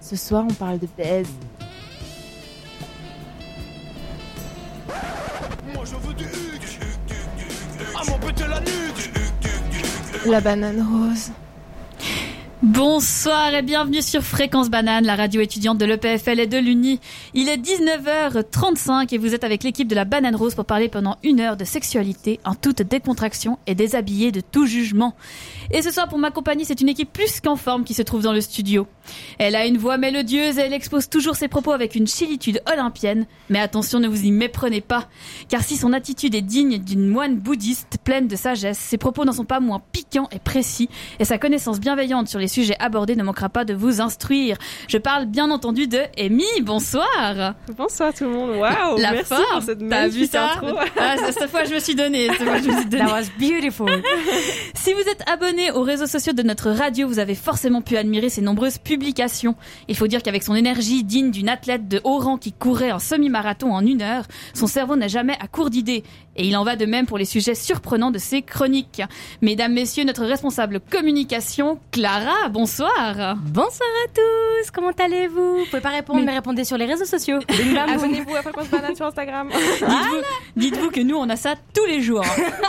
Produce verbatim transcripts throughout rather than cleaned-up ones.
Ce soir, on parle de baise. Moi je veux du huc. Ah mon péter la nuque. La banane rose. Bonsoir et bienvenue sur Fréquence Banane, la radio étudiante de l'E P F L et de l'Uni. Il est dix-neuf heures trente-cinq et vous êtes avec l'équipe de la Banane Rose pour parler pendant une heure de sexualité en toute décontraction et déshabillée de tout jugement. Et ce soir pour m'accompagner, c'est une équipe plus qu'en forme qui se trouve dans le studio. Elle a une voix mélodieuse et elle expose toujours ses propos avec une chilitude olympienne. Mais attention, ne vous y méprenez pas, car si son attitude est digne d'une moine bouddhiste pleine de sagesse, ses propos n'en sont pas moins piquants et précis, et sa connaissance bienveillante sur les sujets abordés ne manquera pas de vous instruire. Je parle bien entendu de Amy. Bonsoir. Bonsoir tout le monde. Waouh, la merci forme. pour cette T'as vu magnifique ça intro. Ah, cette fois je me suis donnée. Cette fois, je me suis donnée. That was beautiful. Si vous êtes abonné aux réseaux sociaux de notre radio, vous avez forcément pu admirer ses nombreuses publications. Il faut dire qu'avec son énergie digne d'une athlète de haut rang qui courait en semi-marathon en une heure, son cerveau n'a jamais à court d'idées. Et il en va de même pour les sujets surprenants de ses chroniques. Mesdames, messieurs, notre responsable communication, Clara, bonsoir. Bonsoir à tous, comment allez-vous? Vous pouvez pas répondre, mais, mais répondez sur les réseaux sociaux. Abonnez-vous à Fréquence Banane sur Instagram. Dites-vous, dites-vous que nous, on a ça tous les jours.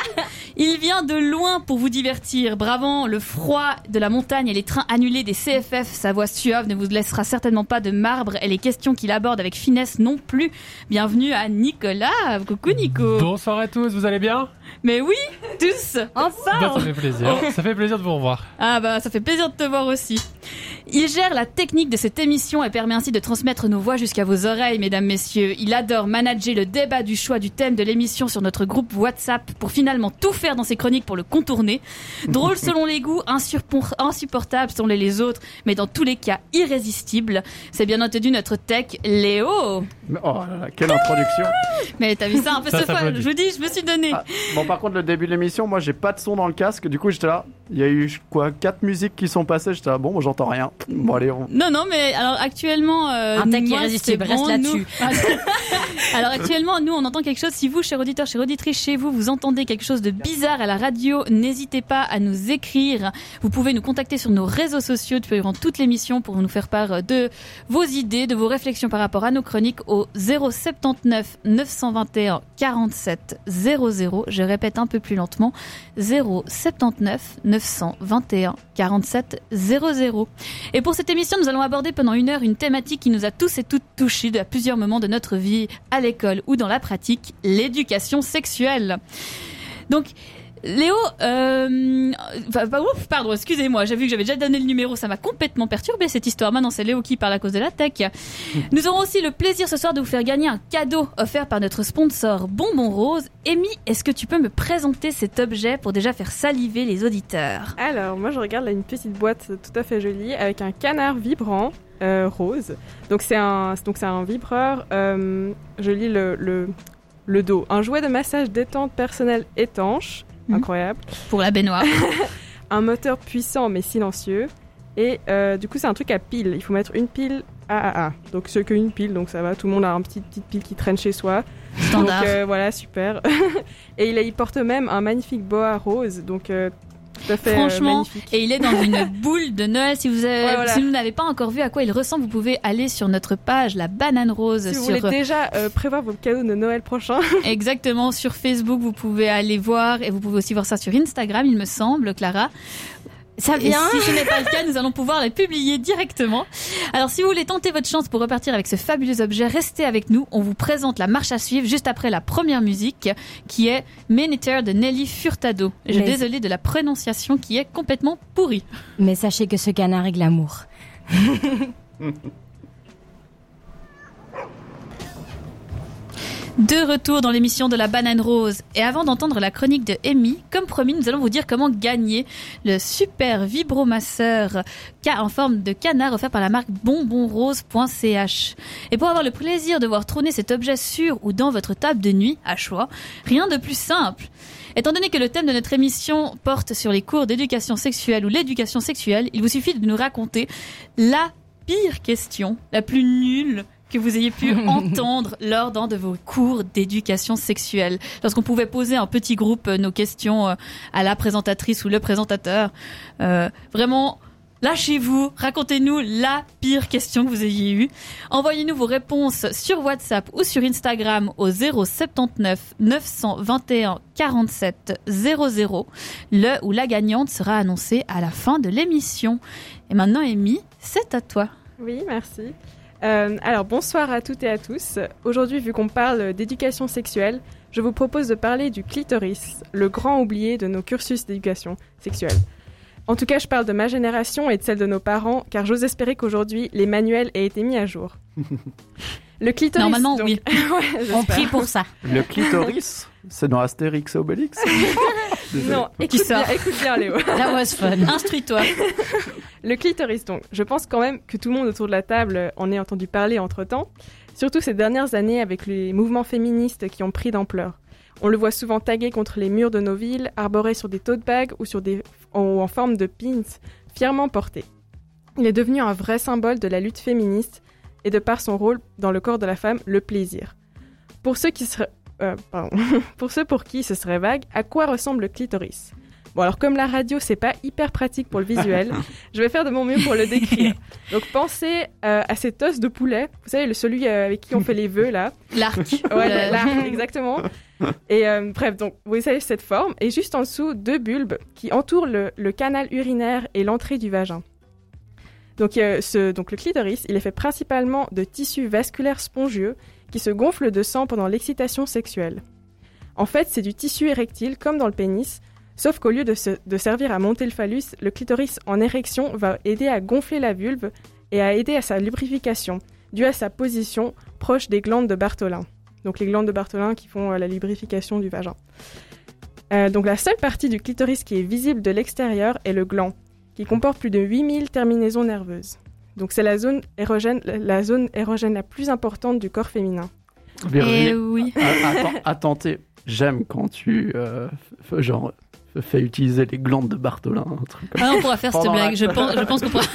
Il vient de loin pour vous divertir, bravant le froid de la montagne et les trains annulés des C F F. Sa voix suave ne vous laissera certainement pas de marbre et les questions qu'il aborde avec finesse non plus. Bienvenue à Nicolas. Coucou Nico. Bonsoir à tous, vous allez bien? Mais oui, tous. Enfin. Ben, ça fait plaisir. Oh. Ça fait plaisir de vous revoir. Ah bah ça fait plaisir de te voir aussi. Il gère la technique de cette émission et permet ainsi de transmettre nos voix jusqu'à vos oreilles, mesdames, messieurs. Il adore manager le débat du choix du thème de l'émission sur notre groupe WhatsApp pour finalement tout faire dans ses chroniques pour le contourner. Drôle selon les goûts, insurpon- insupportable selon les autres, mais dans tous les cas irrésistible. C'est bien entendu notre tech Léo. Oh là là, quelle introduction. Mais t'as vu ça un peu ça, ce fois, je vous dis, je me suis donné. Ah, bon, par contre, le début de l'émission, moi j'ai pas de son dans le casque, du coup j'étais là. Il y a eu quoi, quatre musiques qui sont passées, j'étais là, bon, moi j'entends rien. Bon, allez, on... Non, non, mais alors actuellement. Euh, un tech moi, irrésistible, c'est reste bon, là-dessus. Nous... alors actuellement, nous on entend quelque chose. Si vous, chers auditeurs, chers auditrices, chez vous, vous entendez quelque chose de bizarre à la radio, n'hésitez pas à nous écrire. Vous pouvez nous contacter sur nos réseaux sociaux durant toute l'émission pour nous faire part de vos idées, de vos réflexions par rapport à nos chroniques au zéro sept neuf neuf cent vingt et un quarante-sept zéro zéro. Je répète un peu plus lentement, zéro sept neuf neuf cent vingt et un quarante-sept zéro zéro. Et pour cette émission, nous allons aborder pendant une heure une thématique qui nous a tous et toutes touchés à plusieurs moments de notre vie, à l'école ou dans la pratique, l'éducation sexuelle. Donc, Léo, euh, enfin, ouf, pardon, excusez-moi, j'ai vu que j'avais déjà donné le numéro, ça m'a complètement perturbé cette histoire. Maintenant, c'est Léo qui parle à cause de la tech. Nous aurons aussi le plaisir ce soir de vous faire gagner un cadeau offert par notre sponsor Bonbon Rose. Amy, est-ce que tu peux me présenter cet objet pour déjà faire saliver les auditeurs? Alors, moi je regarde là une petite boîte tout à fait jolie avec un canard vibrant euh, rose. Donc c'est un, donc c'est un vibreur. Euh, je lis le, le, le dos. Un jouet de massage détente personnel étanche. Incroyable. Pour la baignoire. Un moteur puissant mais silencieux. Et euh, du coup, c'est un truc à pile. Il faut mettre une pile A A A. Donc, c'est qu'une pile, donc ça va. Tout le monde a une petite, petite pile qui traîne chez soi. Standard. Donc, euh, voilà, super. Et il, il porte même un magnifique boa rose. Donc, euh, tout à fait Franchement, euh, magnifique. Et il est dans une boule de Noël. Si vous, avez, ouais, voilà. si vous n'avez pas encore vu à quoi il ressemble, vous pouvez aller sur notre page, la Banane Rose. Si vous sur... voulez déjà euh, prévoir vos cadeaux de Noël prochain. Exactement, sur Facebook, vous pouvez aller voir et vous pouvez aussi voir ça sur Instagram, il me semble, Clara. Ça vient. Et si ce n'est pas le cas, nous allons pouvoir les publier directement. Alors, si vous voulez tenter votre chance pour repartir avec ce fabuleux objet, restez avec nous. On vous présente la marche à suivre juste après la première musique, qui est Miniter de Nelly Furtado. Je suis Mais... désolée de la prononciation qui est complètement pourrie. Mais sachez que ce canard est glamour. De retour dans l'émission de la Banane Rose. Et avant d'entendre la chronique de Amy, comme promis, nous allons vous dire comment gagner le super vibromasseur en forme de canard offert par la marque bonbon rose point c h. Et pour avoir le plaisir de voir trôner cet objet sur ou dans votre table de nuit, à choix, rien de plus simple. Étant donné que le thème de notre émission porte sur les cours d'éducation sexuelle ou l'éducation sexuelle, il vous suffit de nous raconter la pire question, la plus nulle que vous ayez pu entendre lors d'un de vos cours d'éducation sexuelle. Lorsqu'on pouvait poser en petit groupe nos questions à la présentatrice ou le présentateur. Euh, vraiment, Lâchez-vous, racontez-nous la pire question que vous ayez eue. Envoyez-nous vos réponses sur WhatsApp ou sur Instagram au zéro soixante-dix-neuf neuf cent vingt et un quarante-sept zéro zéro. Le ou la gagnante sera annoncée à la fin de l'émission. Et maintenant, Amy, c'est à toi. Oui, merci. Euh, alors, bonsoir à toutes et à tous. Aujourd'hui, vu qu'on parle d'éducation sexuelle, je vous propose de parler du clitoris, le grand oublié de nos cursus d'éducation sexuelle. En tout cas, je parle de ma génération et de celle de nos parents, car j'ose espérer qu'aujourd'hui, les manuels aient été mis à jour. Le clitoris... Normalement, donc... oui. ouais, On prie pour ça. Le clitoris, c'est dans Astérix et Obélix. Désolé. Non, écoute bien, écoute bien, Léo. That was fun. Instruis-toi. Le clitoris, donc. Je pense quand même que tout le monde autour de la table en ait entendu parler entre-temps, surtout ces dernières années avec les mouvements féministes qui ont pris d'ampleur. On le voit souvent tagué contre les murs de nos villes, arboré sur des tote bags ou, sur des... ou en forme de pins, fièrement portés. Il est devenu un vrai symbole de la lutte féministe et de par son rôle dans le corps de la femme, le plaisir. Pour ceux, qui seraient... euh, pardon. Pour ceux pour qui ce serait vague, à quoi ressemble le clitoris ? Bon, alors comme la radio, c'est pas hyper pratique pour le visuel, je vais faire de mon mieux pour le décrire. Donc pensez euh, à cet os de poulet, vous savez, le celui euh, avec qui on fait les vœux, là. L'arc. Ouais, l'arc, exactement. Et euh, bref, donc vous savez cette forme, et juste en dessous, deux bulbes qui entourent le, le canal urinaire et l'entrée du vagin. Donc, euh, ce, donc le clitoris, il est fait principalement de tissus vasculaires spongieux qui se gonflent de sang pendant l'excitation sexuelle. En fait, c'est du tissu érectile, comme dans le pénis, sauf qu'au lieu de, se, de servir à monter le phallus, le clitoris en érection va aider à gonfler la vulve et à aider à sa lubrification, due à sa position proche des glandes de Bartholin. Donc les glandes de Bartholin qui font euh, la lubrification du vagin. Euh, donc la seule partie du clitoris qui est visible de l'extérieur est le gland, qui comporte plus de huit mille terminaisons nerveuses. Donc c'est la zone érogène, la zone érogène la plus importante du corps féminin. Virginie, Et oui. Attends, attendez, j'aime quand tu euh, f- genre f- fais utiliser les glandes de Bartholin, un truc comme Ah, on pourra faire cette Pendant blague. la- Je pense, je pense qu'on pourra.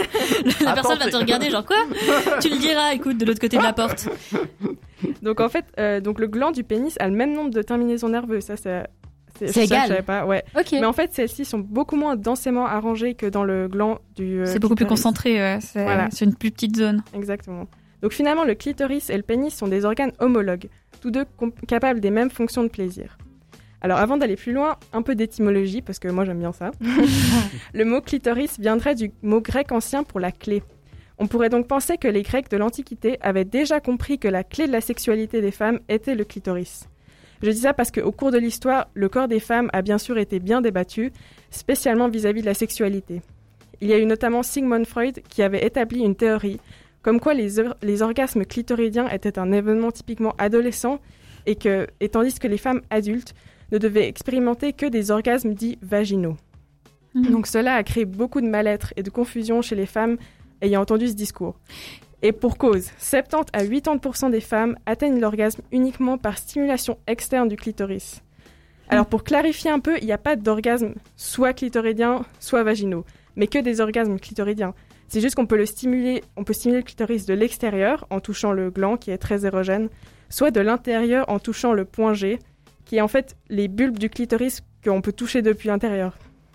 La personne va te regarder, genre quoi ? Tu le diras, écoute, de l'autre côté de la porte. Donc en fait, euh, donc le gland du pénis a le même nombre de terminaisons nerveuses. Ça, c'est, c'est, C'est ça, égal. je savais pas. Ouais. Ok. Mais en fait, celles-ci sont beaucoup moins densément arrangées que dans le gland du. euh, C'est beaucoup plus clitoris. concentré, ouais. C'est Voilà. c'est une plus petite zone. Exactement. Donc finalement, le clitoris et le pénis sont des organes homologues, tous deux comp- capables des mêmes fonctions de plaisir. Alors avant d'aller plus loin, un peu d'étymologie, parce que moi j'aime bien ça. Le mot clitoris viendrait du mot grec ancien pour la clé. On pourrait donc penser que les Grecs de l'Antiquité avaient déjà compris que la clé de la sexualité des femmes était le clitoris. Je dis ça parce qu'au cours de l'histoire, le corps des femmes a bien sûr été bien débattu, spécialement vis-à-vis de la sexualité. Il y a eu notamment Sigmund Freud qui avait établi une théorie comme quoi les, or- les orgasmes clitoridiens étaient un événement typiquement adolescent et, que, et tandis que les femmes adultes ne devaient expérimenter que des orgasmes dits vaginaux. Mhm. Donc cela a créé beaucoup de mal-être et de confusion chez les femmes ayant entendu ce discours. Et pour cause, soixante-dix à quatre-vingts pour cent des femmes atteignent l'orgasme uniquement par stimulation externe du clitoris. Alors pour clarifier un peu, il n'y a pas d'orgasme soit clitoridien, soit vaginaux, mais que des orgasmes clitoridiens. C'est juste qu'on peut le stimuler, on peut stimuler le clitoris de l'extérieur en touchant le gland qui est très érogène, soit de l'intérieur en touchant le point G, qui est en fait les bulbes du clitoris qu'on peut toucher depuis l'intérieur.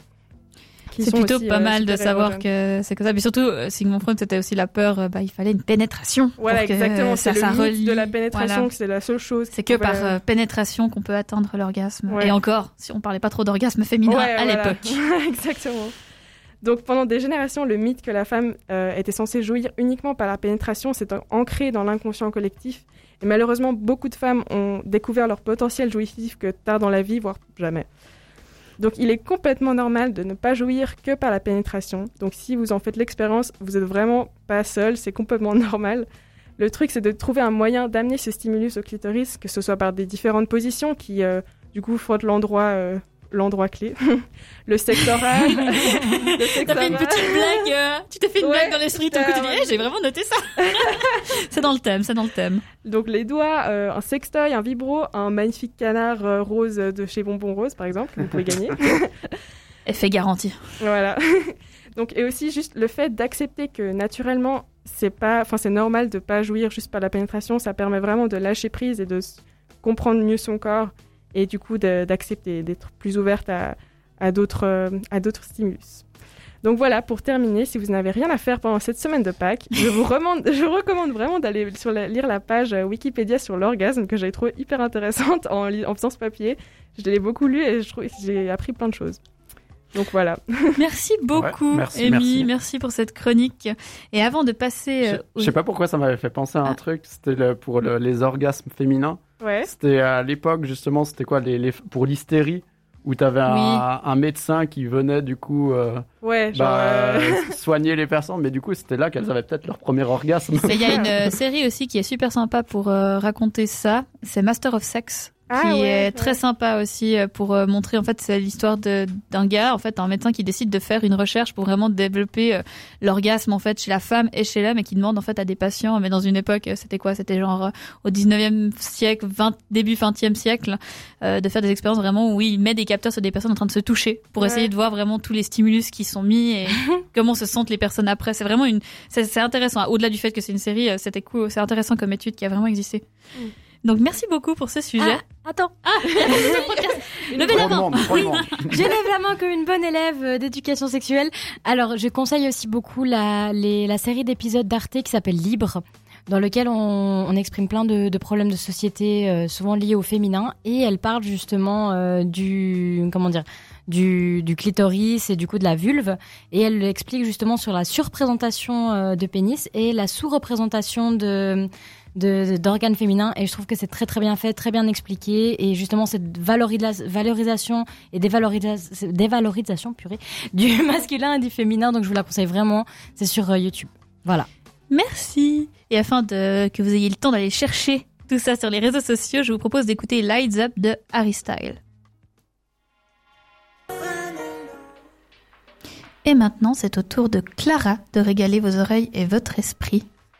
Qui C'est sont plutôt aussi, pas euh, mal de super savoir érogènes. que c'est comme ça. Mais surtout, euh, Sigmund Freud, c'était aussi la peur, euh, bah, il fallait une pénétration. Voilà, pour que exactement. ça, C'est ça le mythe relie. de la pénétration, Voilà. que c'est la seule chose. C'est que qui par pouvait- euh, pénétration qu'on peut atteindre l'orgasme. Ouais. Et encore, si on parlait pas trop d'orgasme féminin Ouais, à voilà. l'époque. Exactement. Donc pendant des générations, le mythe que la femme euh, était censée jouir uniquement par la pénétration s'est en- ancré dans l'inconscient collectif. Et malheureusement, beaucoup de femmes ont découvert leur potentiel jouissif que tard dans la vie, voire jamais. Donc il est complètement normal de ne pas jouir que par la pénétration. Donc si vous en faites l'expérience, vous êtes vraiment pas seul, c'est complètement normal. Le truc, c'est de trouver un moyen d'amener ce stimulus au clitoris, que ce soit par des différentes positions qui, euh, du coup, frottent l'endroit, euh, l'endroit clé. Le sexe oral. le sexe T'as fait une oral. petite blague, euh, tu t'es fait une Ouais, blague dans l'esprit, tout le coup, tu dis, ouais. Eh, j'ai vraiment noté ça. C'est dans le thème, c'est dans le thème. Donc les doigts, euh, un sextoy, un vibro, un magnifique canard euh, rose de chez Bonbon Rose, par exemple, que vous pouvez gagner. Effet garanti. Voilà. Donc, et aussi juste le fait d'accepter que naturellement, c'est pas, enfin c'est normal de pas jouir juste par la pénétration, ça permet vraiment de lâcher prise et de s- comprendre mieux son corps et du coup de- d'accepter, d'être plus ouverte à, à d'autres, euh, à d'autres stimulus. Donc voilà, pour terminer, si vous n'avez rien à faire pendant cette semaine de Pâques, je vous recommande, je recommande vraiment d'aller sur la, lire la page Wikipédia sur l'orgasme que j'ai trouvé hyper intéressante en, en faisant ce papier. Je l'ai beaucoup lu et je trouve que j'ai appris plein de choses. Donc voilà. Merci beaucoup, Ouais, merci, Amy. merci. Merci pour cette chronique. Et avant de passer... euh, Je je sais pas pourquoi ça m'avait fait penser à un Ah. truc, c'était le- pour le- les orgasmes féminins. Ouais. C'était à l'époque, justement, c'était quoi, les, les- pour l'hystérie, où t'avais un, Oui. un médecin qui venait, du coup, euh, Ouais, genre. bah, euh, euh, soigner les personnes, mais du coup, c'était là qu'elles avaient peut-être leur premier orgasme. Mais il y a une euh, série aussi qui est super sympa pour euh, raconter ça. C'est Master of Sex. Ah qui ouais, est ouais. très sympa aussi euh, pour euh, montrer en fait c'est l'histoire de d'un gars en fait un médecin qui décide de faire une recherche pour vraiment développer euh, l'orgasme en fait chez la femme et chez l'homme et qui demande en fait à des patients mais dans une époque euh, c'était quoi c'était genre euh, au dix-neuvième siècle vingt début vingtième siècle euh, de faire des expériences vraiment où il met des capteurs sur des personnes en train de se toucher pour Ouais. essayer de voir vraiment tous les stimulus qui sont mis et comment se sentent les personnes après c'est vraiment une c'est, c'est intéressant au-delà du fait que c'est une série euh, c'était cool c'est intéressant comme étude qui a vraiment existé. Mm. Donc merci beaucoup pour ce sujet. Ah, attends, Levez Trop la de main. monde, trop de monde. je lève la main comme une bonne élève euh, d'éducation sexuelle. Alors, je conseille aussi beaucoup la, les, la série d'épisodes d'Arte qui s'appelle Libre, dans lequel on, on exprime plein de, de problèmes de société, euh, souvent liés au féminin, et elle parle justement euh, du, comment dire, du, du clitoris et du coup de la vulve, et elle explique justement sur la surreprésentation euh, de pénis et la sous-représentation de de- de- d'organes féminins, et je trouve que c'est très très bien fait, très bien expliqué, et justement cette valorisa- valorisation et dévalorisa- dévalorisation purée, du masculin et du féminin, donc je vous la conseille vraiment, c'est sur euh, YouTube. Voilà. Merci. Et afin de, que vous ayez le temps d'aller chercher tout ça sur les réseaux sociaux, je vous propose d'écouter Lights Up de Harry Styles. Et maintenant, c'est au tour de Clara de régaler vos oreilles et votre esprit.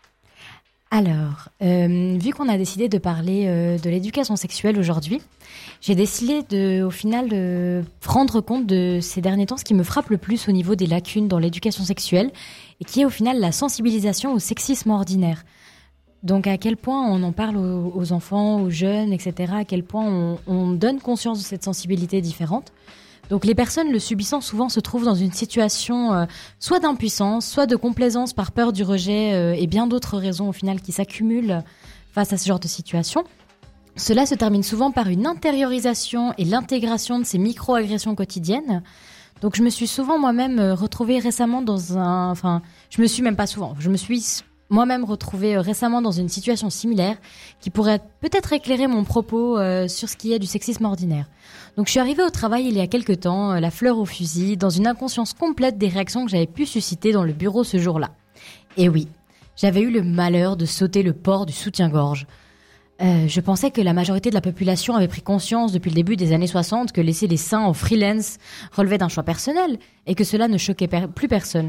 Alors, euh, vu qu'on a décidé de parler euh, de l'éducation sexuelle aujourd'hui, j'ai décidé de, au final de rendre compte de ces derniers temps ce qui me frappe le plus au niveau des lacunes dans l'éducation sexuelle et qui est au final la sensibilisation au sexisme ordinaire. Donc à quel point on en parle aux, aux enfants, aux jeunes, et cetera. À quel point on, on donne conscience de cette sensibilité différente. Donc les personnes le subissant souvent se trouvent dans une situation euh, soit d'impuissance, soit de complaisance par peur du rejet euh, et bien d'autres raisons au final qui s'accumulent face à ce genre de situation. Cela se termine souvent par une intériorisation et l'intégration de ces micro-agressions quotidiennes. Donc je me suis souvent moi-même euh, retrouvée récemment dans un... Enfin, je me suis même pas souvent, je me suis moi-même retrouvée euh, récemment dans une situation similaire qui pourrait peut-être éclairer mon propos euh, sur ce qui est du sexisme ordinaire. Donc je suis arrivée au travail il y a quelques temps, euh, la fleur au fusil, dans une inconscience complète des réactions que j'avais pu susciter dans le bureau ce jour-là. Et oui, j'avais eu le malheur de sauter le port du soutien-gorge. Euh, je pensais que la majorité de la population avait pris conscience depuis le début des années soixante que laisser les seins en freelance relevait d'un choix personnel et que cela ne choquait per- plus personne.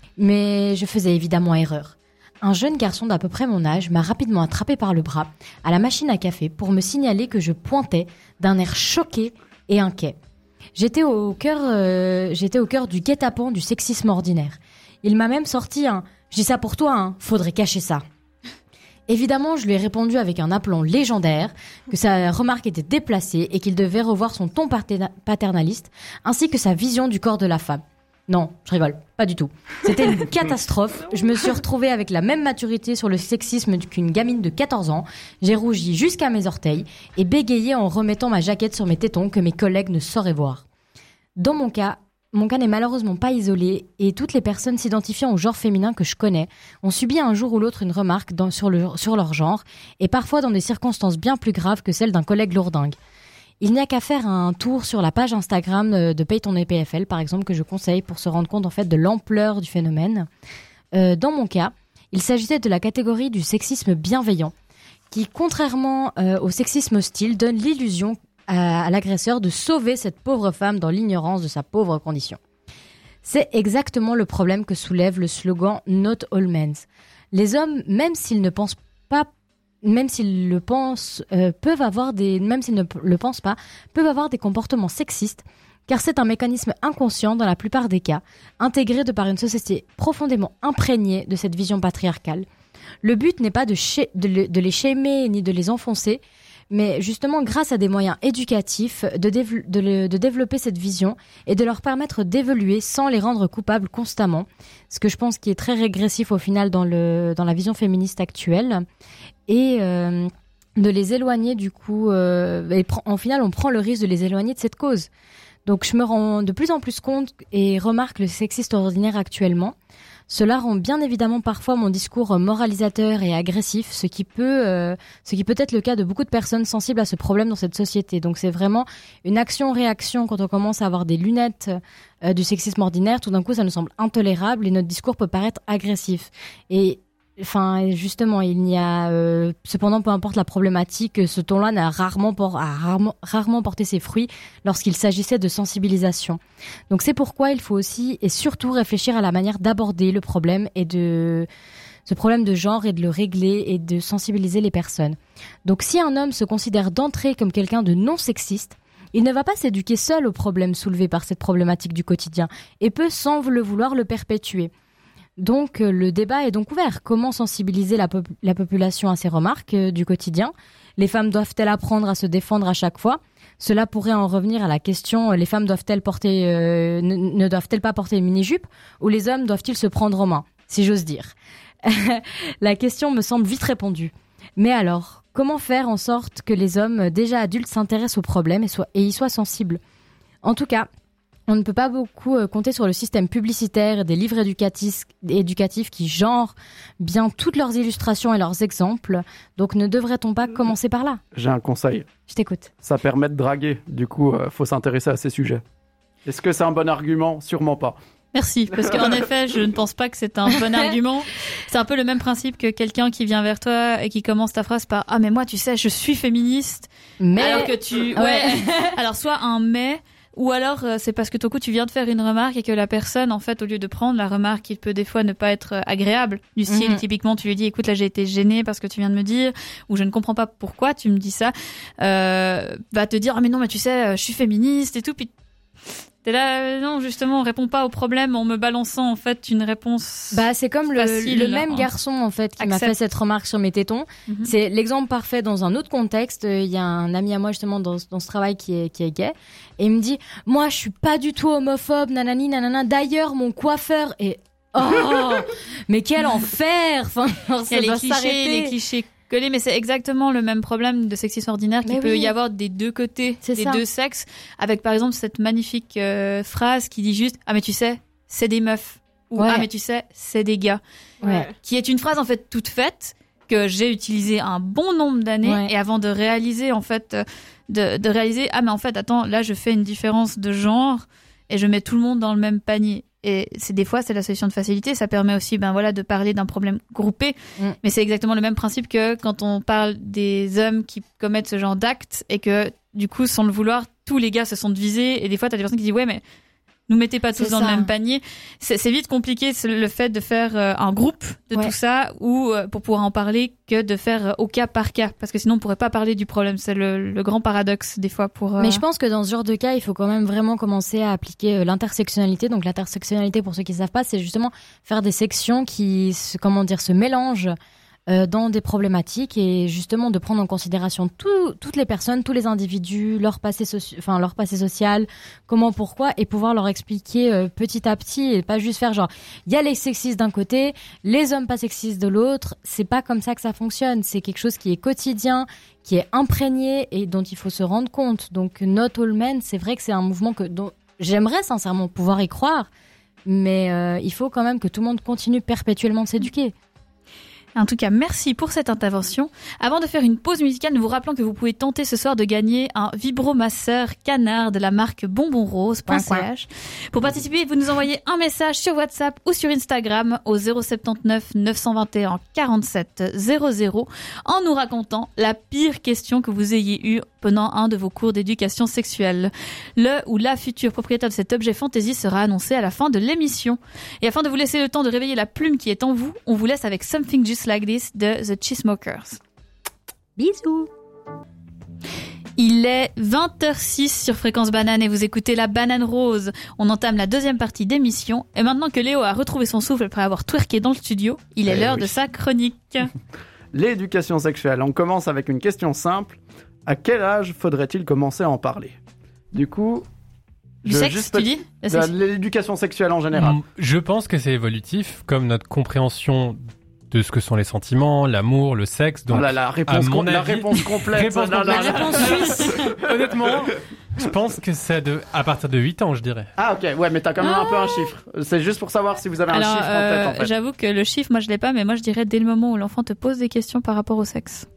Mais je faisais évidemment erreur. Un jeune garçon d'à peu près mon âge m'a rapidement attrapé par le bras à la machine à café pour me signaler que je pointais d'un air choqué et inquiet. J'étais au cœur, euh, j'étais au cœur du guet-apens du sexisme ordinaire. Il m'a même sorti un « Je dis ça pour toi, hein, faudrait cacher ça ». Évidemment, je lui ai répondu avec un aplomb légendaire, que sa remarque était déplacée et qu'il devait revoir son ton paterna- paternaliste, ainsi que sa vision du corps de la femme. Non, je rigole, pas du tout. C'était une catastrophe. Je me suis retrouvée avec la même maturité sur le sexisme qu'une gamine de quatorze ans. J'ai rougi jusqu'à mes orteils et bégayé en remettant ma jaquette sur mes tétons que mes collègues ne sauraient voir. Dans mon cas, mon cas n'est malheureusement pas isolé et toutes les personnes s'identifiant au genre féminin que je connais ont subi un jour ou l'autre une remarque dans, sur, le, sur leur genre et parfois dans des circonstances bien plus graves que celles d'un collègue lourdingue. Il n'y a qu'à faire un tour sur la page Instagram de Paye ton E P F L, par exemple, que je conseille pour se rendre compte en fait de l'ampleur du phénomène. Euh, dans mon cas, il s'agissait de la catégorie du sexisme bienveillant, qui, contrairement euh, au sexisme hostile, donne l'illusion à, à l'agresseur de sauver cette pauvre femme dans l'ignorance de sa pauvre condition. C'est exactement le problème que soulève le slogan « Not all men ». Les hommes, même s'ils ne pensent pas même s'ils le pensent, euh, peuvent avoir des, même s'ils ne p- le pensent pas, peuvent avoir des comportements sexistes, car c'est un mécanisme inconscient dans la plupart des cas, intégré de par une société profondément imprégnée de cette vision patriarcale. Le but n'est pas de, ch- de, le- de les shamer ni de les enfoncer, mais justement grâce à des moyens éducatifs de, dév- de, le- de développer cette vision et de leur permettre d'évoluer sans les rendre coupables constamment, ce que je pense qui est très régressif au final dans, le, dans la vision féministe actuelle, et euh, de les éloigner du coup, euh, et pr- en final on prend le risque de les éloigner de cette cause. Donc je me rends de plus en plus compte et remarque le sexisme ordinaire actuellement. Cela rend bien évidemment parfois mon discours moralisateur et agressif, ce qui peut, euh, ce qui peut être le cas de beaucoup de personnes sensibles à ce problème dans cette société. Donc c'est vraiment une action-réaction quand on commence à avoir des lunettes euh, du sexisme ordinaire. Tout d'un coup, ça nous semble intolérable et notre discours peut paraître agressif. Et Enfin, justement, il n'y a euh, cependant, peu importe la problématique, ce ton-là n'a rarement, por- a rarement, rarement porté ses fruits lorsqu'il s'agissait de sensibilisation. Donc c'est pourquoi il faut aussi et surtout réfléchir à la manière d'aborder le problème et de ce problème de genre et de le régler et de sensibiliser les personnes. Donc si un homme se considère d'entrée comme quelqu'un de non sexiste, il ne va pas s'éduquer seul aux problèmes soulevés par cette problématique du quotidien et peut sans le vouloir le perpétuer. Donc euh, le débat est donc ouvert. Comment sensibiliser la, pop- la population à ces remarques euh, du quotidien ? Les femmes doivent-elles apprendre à se défendre à chaque fois ? Cela pourrait en revenir à la question euh, les femmes doivent-elles porter, euh, ne, ne doivent-elles pas porter une mini-jupe ? Ou les hommes doivent-ils se prendre en main ? Si j'ose dire. La question me semble vite répondue. Mais alors, comment faire en sorte que les hommes déjà adultes s'intéressent au problème et, soient, et y soient sensibles ? En tout cas, on ne peut pas beaucoup euh, compter sur le système publicitaire et des livres éducatifs, éducatifs qui genrent bien toutes leurs illustrations et leurs exemples. Donc ne devrait-on pas commencer par là ? J'ai un conseil. Je t'écoute. Ça permet de draguer. Du coup, euh, faut s'intéresser à ces sujets. Est-ce que c'est un bon argument ? Sûrement pas. Merci, parce qu'en effet, je ne pense pas que c'est un bon argument. C'est un peu le même principe que quelqu'un qui vient vers toi et qui commence ta phrase par « Ah, mais moi, tu sais, je suis féministe. » Mais Alors que tu... Ouais. Ouais. Alors, soit un « mais », ou alors euh, c'est parce que tout coup tu viens de faire une remarque et que la personne, en fait, au lieu de prendre la remarque qui peut des fois ne pas être euh, agréable, du style, Mhm. typiquement, tu lui dis « Écoute, là, j'ai été gênée parce que tu viens de me dire, ou je ne comprends pas pourquoi tu me dis ça. Euh, » va te dire « Ah, mais non, mais tu sais, euh, je suis féministe et tout. » Puis t'es là, euh, non, justement, on répond pas au problème en me balançant, en fait, une réponse. bah, c'est comme le, Facile, le là, même hein. garçon en fait qui m'a Accepte. fait cette remarque sur mes tétons. Mhm. C'est l'exemple parfait dans un autre contexte. Euh, Il y a un ami à moi justement dans, dans ce travail qui est, qui est gay et il me dit « Moi, je suis pas du tout homophobe, nanani, nanana. D'ailleurs, mon coiffeur est... » Oh, mais quel enfer. Enfin, Il y a ça les doit clichés, s'arrêter. les clichés collés, mais c'est exactement le même problème de sexisme ordinaire qui Mais peut oui. y avoir des deux côtés, C'est des ça. deux sexes, avec par exemple cette magnifique euh, phrase qui dit juste « Ah mais tu sais, c'est des meufs » ou Ouais. « Ah mais tu sais, c'est des gars Ouais. ». Qui est une phrase en fait toute faite que j'ai utilisée un bon nombre d'années Ouais. et avant de réaliser en fait, euh, de, de réaliser « Ah mais en fait, attends, là je fais une différence de genre et je mets tout le monde dans le même panier ». Et c'est des fois c'est la solution de facilité, ça permet aussi ben voilà de parler d'un problème groupé, Mm. mais c'est exactement le même principe que quand on parle des hommes qui commettent ce genre d'actes et que du coup sans le vouloir tous les gars se sentent visés et des fois t'as des personnes qui disent ouais mais nous mettez pas tous C'est dans ça. le même panier. C'est, c'est vite compliqué c'est le fait de faire euh, un groupe de Ouais. tout ça ou euh, pour pouvoir en parler que de faire euh, au cas par cas parce que sinon on pourrait pas parler du problème. C'est le, le grand paradoxe des fois pour. euh, Mais je pense que dans ce genre de cas, il faut quand même vraiment commencer à appliquer euh, l'intersectionnalité. Donc l'intersectionnalité, pour ceux qui ne savent pas, c'est justement faire des sections qui, se, comment dire, se mélangent euh, dans des problématiques et justement de prendre en considération tout, toutes les personnes, tous les individus, leur passé, soci- enfin leur passé social, comment, pourquoi, et pouvoir leur expliquer euh, petit à petit et pas juste faire genre il y a les sexistes d'un côté, les hommes pas sexistes de l'autre. C'est pas comme ça que ça fonctionne. C'est quelque chose qui est quotidien, qui est imprégné et dont il faut se rendre compte. Donc Not All Men, c'est vrai que c'est un mouvement que dont j'aimerais sincèrement pouvoir y croire, mais euh, il faut quand même que tout le monde continue perpétuellement de s'éduquer. En tout cas, merci pour cette intervention. Avant de faire une pause musicale, nous vous rappelons que vous pouvez tenter ce soir de gagner un vibromasseur canard de la marque bonbon rose point c h. Pour participer, vous nous envoyez un message sur WhatsApp ou sur Instagram au zéro sept neuf neuf deux un quarante-sept zéro zéro en nous racontant la pire question que vous ayez eue pendant un de vos cours d'éducation sexuelle. Le ou la future propriétaire de cet objet fantaisie sera annoncé à la fin de l'émission. Et afin de vous laisser le temps de réveiller la plume qui est en vous, on vous laisse avec Something Just Like This de The Chainsmokers. Bisous. Il est vingt heures six sur Fréquence Banane et vous écoutez la Banane Rose. On entame la deuxième partie d'émission et maintenant que Léo a retrouvé son souffle après avoir twerké dans le studio, il est Eh l'heure oui. de sa chronique. L'éducation sexuelle. On commence avec une question simple. à quel âge faudrait-il commencer à en parler? Du coup, Du je- sexe, juste tu peut- dis La de sexe- l'éducation sexuelle en général. Mm, Je pense que c'est évolutif, comme notre compréhension de ce que sont les sentiments, l'amour, le sexe. Donc, Oh là, la réponse, à mon com- la avis- réponse complète. Réponse Non, non, complète. non. Réponse suisse. honnêtement, je pense que c'est de, à partir de huit ans, je dirais. Ah ok, ouais, mais t'as quand même un peu un chiffre. C'est juste pour savoir si vous avez un Alors, chiffre en euh, tête en fait. j'avoue que le chiffre, moi je l'ai pas, mais moi je dirais dès le moment où l'enfant te pose des questions par rapport au sexe.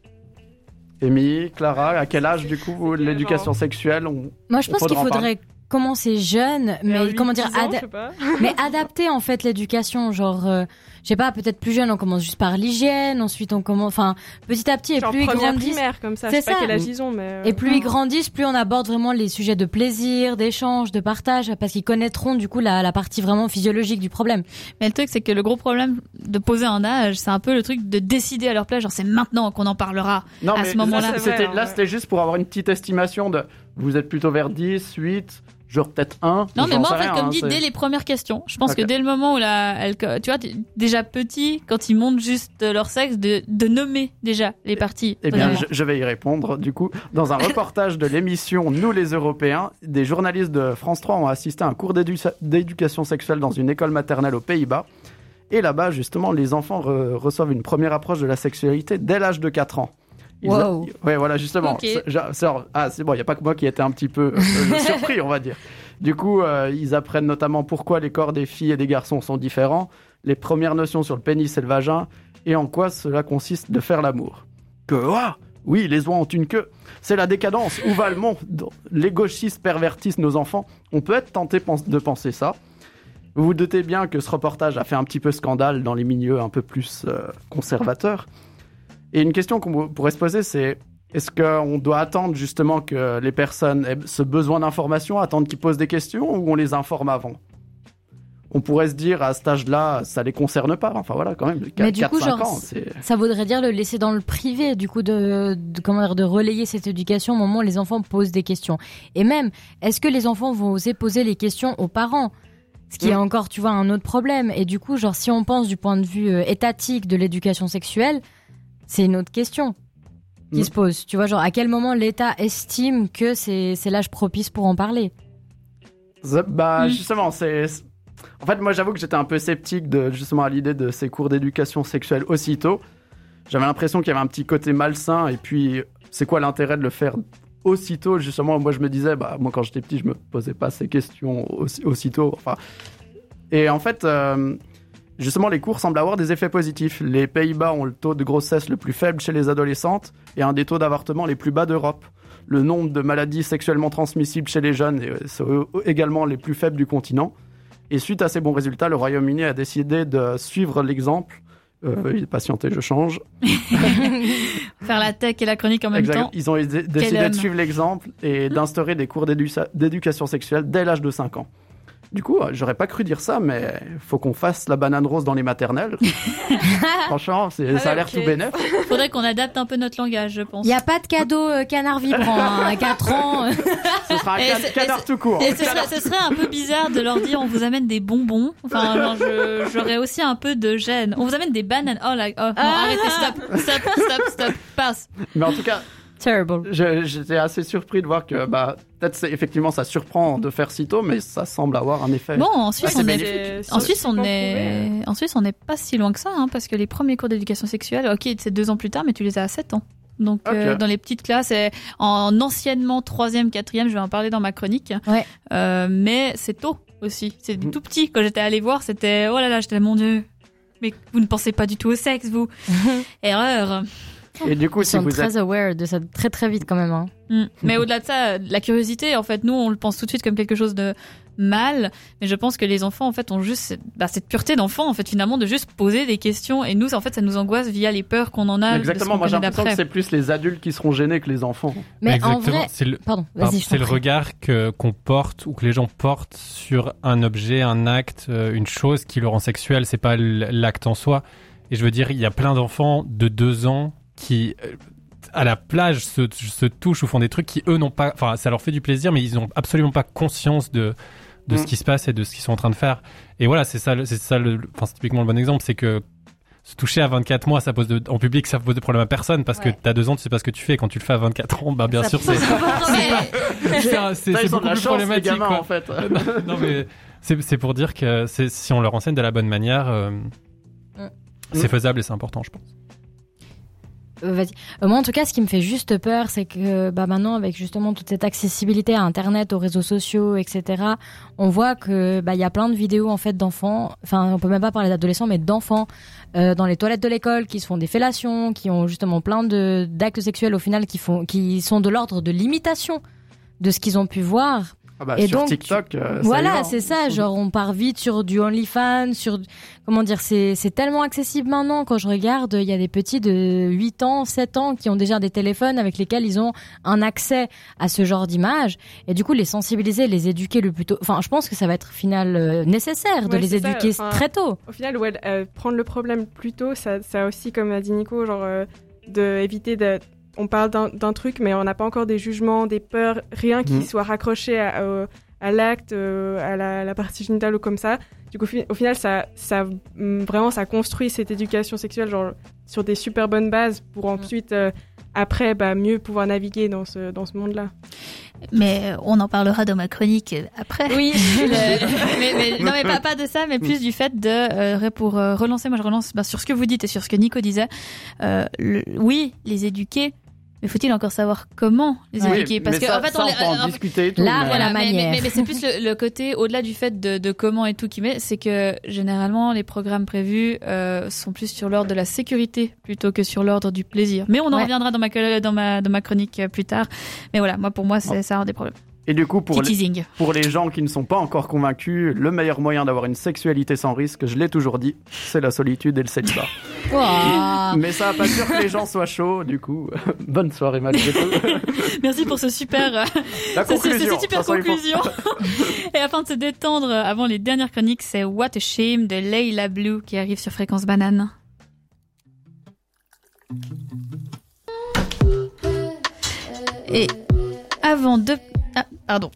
Amy, Clara, à quel âge du coup vous, C'est l'éducation genre- sexuelle on... Moi, je On pense qu'il faudra en faudrait commencer jeune, mais Vers comment huit, dire, dix ans, ada- je sais pas. mais adapter en fait l'éducation, genre, euh, je sais pas, peut-être plus jeune, on commence juste par l'hygiène, ensuite on commence, enfin, petit à petit, et Genre plus ils première grandissent, primaire comme ça, je C'est sais pas ça. quel âge ils ont, mais... euh, et plus ils grandissent, plus on aborde vraiment les sujets de plaisir, d'échange, de partage, parce qu'ils connaîtront du coup la, la partie vraiment physiologique du problème. Mais le truc, c'est que le gros problème de poser un âge, c'est un peu le truc de décider à leur place, genre c'est maintenant qu'on en parlera. Non, À mais ce moment-là. là, C'est vrai, c'était, hein, là ouais. c'était juste pour avoir une petite estimation de vous êtes plutôt vers dix, huit, genre peut-être un. Non, mais j'en moi, sais en fait, rien, comme hein, dit, c'est- dès les premières questions, je pense Ok. que dès le moment où la, elle, tu vois, t'es déjà petit, quand ils montrent juste leur sexe, de, de nommer déjà les parties. Eh bien, vraiment. je, je vais y répondre. Du coup, dans un reportage de l'émission Nous les Européens, des journalistes de France trois ont assisté à un cours d'édu- d'éducation sexuelle dans une école maternelle aux Pays-Bas. Et là-bas, justement, les enfants re- reçoivent une première approche de la sexualité dès l'âge de quatre ans. Ils a- Wow. Ouais, voilà, justement. Ok. C'est- genre- c'est- ah, c'est bon, il n'y a pas que moi qui était un petit peu euh, surpris, on va dire. Du coup, euh, ils apprennent notamment pourquoi les corps des filles et des garçons sont différents, les premières notions sur le pénis et le vagin, et en quoi cela consiste de faire l'amour. Que, ah, oui, les oies ont une queue. C'est la décadence. Où va le monde? Les gauchistes pervertissent nos enfants. On peut être tenté pens- de penser ça. Vous vous doutez bien que ce reportage a fait un petit peu scandale dans les milieux un peu plus euh, conservateurs. Et une question qu'on pourrait se poser, c'est est-ce qu'on doit attendre justement que les personnes aient ce besoin d'information, attendre qu'ils posent des questions, ou on les informe avant? On pourrait se dire à cet âge-là, ça les concerne pas. Enfin voilà, quand même, Mais du quatre coup, cinq genre, ans, c'est... Ça voudrait dire le laisser dans le privé, du coup, de, de, comment dire, de relayer cette éducation au moment où les enfants posent des questions. Et même, est-ce que les enfants vont oser poser les questions aux parents? Ce qui Mm. est encore, tu vois, un autre problème. Et du coup, genre, si on pense du point de vue euh, étatique de l'éducation sexuelle, c'est une autre question qui Mm. se pose. Tu vois, genre, à quel moment l'État estime que c'est, c'est l'âge propice pour en parler? Ça- Bah, Mm. justement, c'est. c'est- En fait, moi, j'avoue que j'étais un peu sceptique de, justement, à l'idée de ces cours d'éducation sexuelle aussitôt. J'avais l'impression qu'il y avait un petit côté malsain, et puis, c'est quoi l'intérêt de le faire aussitôt? Justement, moi, je me disais, bah, moi, quand j'étais petit, je me posais pas ces questions aussi- aussitôt. Enfin. Et en fait, euh, justement, les cours semblent avoir des effets positifs. Les Pays-Bas ont le taux de grossesse le plus faible chez les adolescentes et un des taux d'avortement les plus bas d'Europe. Le nombre de maladies sexuellement transmissibles chez les jeunes est c'est également les plus faibles du continent. Et suite à ces bons résultats, le Royaume-Uni a décidé de suivre l'exemple. Euh, patientez, je change. Faire la tech et la chronique en même Exact. temps. Ils ont dé- décidé homme. de suivre l'exemple et d'instaurer des cours d'édu- d'éducation sexuelle dès l'âge de cinq ans. Du coup, euh, j'aurais pas cru dire ça, mais faut qu'on fasse la banane rose dans les maternelles. Franchement, c'est- ça a l'air Ok. tout bénef. Faudrait qu'on adapte un peu notre langage, je pense. Il n'y a pas de cadeau euh, canard vibrant hein, à quatre ans. euh. Ce sera un Et can- c'est- canard et tout court. Et ce serait, ce serait un peu bizarre de leur dire on vous amène des bonbons. Enfin, genre, je- j'aurais aussi un peu de gêne. On vous amène des bananes. Oh là, oh, non, Ah. arrêtez, stop, stop, stop, stop, passe. Mais en tout cas, Terrible. je- j'étais assez surpris de voir que, bah, peut-être c'est- effectivement ça surprend de faire si tôt, mais ça semble avoir un effet. Bon, en Suisse, Ah, c'est on est, bénéfique. en Suisse, on scientifiquement est, prouvé. en Suisse, on n'est pas si loin que ça, hein, parce que les premiers cours d'éducation sexuelle, ok, c'est deux ans plus tard, mais tu les as à sept ans. Donc, euh, Ok. dans les petites classes, et en anciennement troisième, quatrième, je vais en parler dans ma chronique. Ouais. Euh, mais c'est tôt aussi. C'est Mm. tout petit. Quand j'étais allée voir, c'était, oh là là, j'étais là, mon Dieu. Mais vous ne pensez pas du tout au sexe, vous. Erreur. Et du coup, Ils si sont vous très êtes. aware de ça très très vite quand même. Hein. Mm. Mais au-delà de ça, la curiosité, en fait, nous, on le pense tout de suite comme quelque chose de mal. Mais je pense que les enfants, en fait, ont juste cette, bah, cette pureté d'enfant, en fait, finalement, de juste poser des questions. Et nous, en fait, ça nous angoisse via les peurs qu'on en a. de ce Exactement, qu'on moi j'ai connaît l'impression que d'après. c'est plus les adultes qui seront gênés que les enfants. Mais en Exactement. vrai, C'est le, pardon, pardon, vas-y, je c'est t'en le prie. regard que, qu'on porte ou que les gens portent sur un objet, un acte, euh, une chose qui le rend sexuel. C'est pas l- l'acte en soi. Et je veux dire, il y a plein d'enfants de deux ans qui, euh, à la plage, se, se touchent ou font des trucs qui, eux, n'ont pas... Enfin, ça leur fait du plaisir, mais ils n'ont absolument pas conscience de, de Mm. ce qui se passe et de ce qu'ils sont en train de faire. Et voilà, c'est ça, le- c'est ça le, enfin, c'est typiquement le bon exemple, c'est que se toucher à vingt-quatre mois, ça pose de, en public, ça pose de problème à personne parce Ouais. que t'as deux ans, tu sais pas ce que tu fais. Quand tu le fais à vingt-quatre ans, bah bien Ça sûr, pose c'est, Mais- c'est, un- c'est, Ça, c'est ils ont beaucoup de la plus chance, les problématique. gamins, quoi. en fait. non mais c'est, c'est pour dire que c'est, si on leur enseigne de la bonne manière, euh, c'est faisable et c'est important, je pense. Euh, vas-y. Euh, moi, en tout cas, ce qui me fait juste peur, c'est que bah, maintenant, avec justement toute cette accessibilité à Internet, aux réseaux sociaux, et cetera, on voit que bah, il y a plein de vidéos en fait d'enfants. Enfin, on peut même pas parler d'adolescents, mais d'enfants euh, dans les toilettes de l'école qui se font des fellations, qui ont justement plein de d'actes sexuels au final qui font, qui sont de l'ordre de l'imitation de ce qu'ils ont pu voir. Ah bah, Et sur donc, TikTok, euh, ça y Voilà, va. c'est ça. Genre, on part vite sur du OnlyFans, sur comment dire, c'est c'est tellement accessible maintenant. Quand je regarde, il y a des petits de huit ans, sept ans qui ont déjà des téléphones avec lesquels ils ont un accès à ce genre d'images. Et du coup, les sensibiliser, les éduquer le plus tôt. Enfin, je pense que ça va être au final euh, nécessaire de Ouais, les c'est ça, éduquer enfin, très tôt. Au final, ouais, euh, prendre le problème plus tôt, ça, ça aussi, comme a dit Nico, genre euh, de éviter de. On parle d'un, d'un truc, mais on n'a pas encore des jugements, des peurs, rien qui Mhm. soit raccroché à, au- à l'acte, euh, à la, la partie génitale ou comme ça. Du coup, fi- au final, ça, ça mm, vraiment, ça construit cette éducation sexuelle genre sur des super bonnes bases pour ensuite, euh, après, bah, mieux pouvoir naviguer dans ce dans ce monde-là. Mais euh, on en parlera dans ma chronique euh, après. Oui. Le- mais, mais- non mais pas, pas de ça, mais plus du fait de euh, pour euh, relancer. Moi, je relance bah, sur ce que vous dites et sur ce que Nico disait. Euh, le- oui, les éduquer. Mais faut-il encore savoir comment les Oui, éduquer? Parce mais que ça, en fait, ça, on, on les, peut en en- discuter et tout. Là, mais- voilà. mais, mais, manière. mais- mais c'est plus le, le côté au-delà du fait de, de comment et tout qui met, c'est que généralement les programmes prévus euh, sont plus sur l'ordre de la sécurité plutôt que sur l'ordre du plaisir. Mais on en Ouais. reviendra dans ma dans ma dans ma chronique euh, plus tard. Mais voilà, moi pour moi c'est ça un des problèmes. Et du coup, pour Petit les, teasing. pour les gens qui ne sont pas encore convaincus, le meilleur moyen d'avoir une sexualité sans risque, je l'ai toujours dit, c'est la solitude et le célibat. Ouah. Mais ça va pas sûr que les gens soient chauds, du coup. Bonne soirée malgré tout. Merci pour ce super euh, La C'est- c'est- conclusion. C'est super ça, ça, il faut- conclusion. Et afin de se détendre avant les dernières chroniques, c'est What a Shame de Layla Blue qui arrive sur Fréquence Banane. Et avant de... Ah, pardon.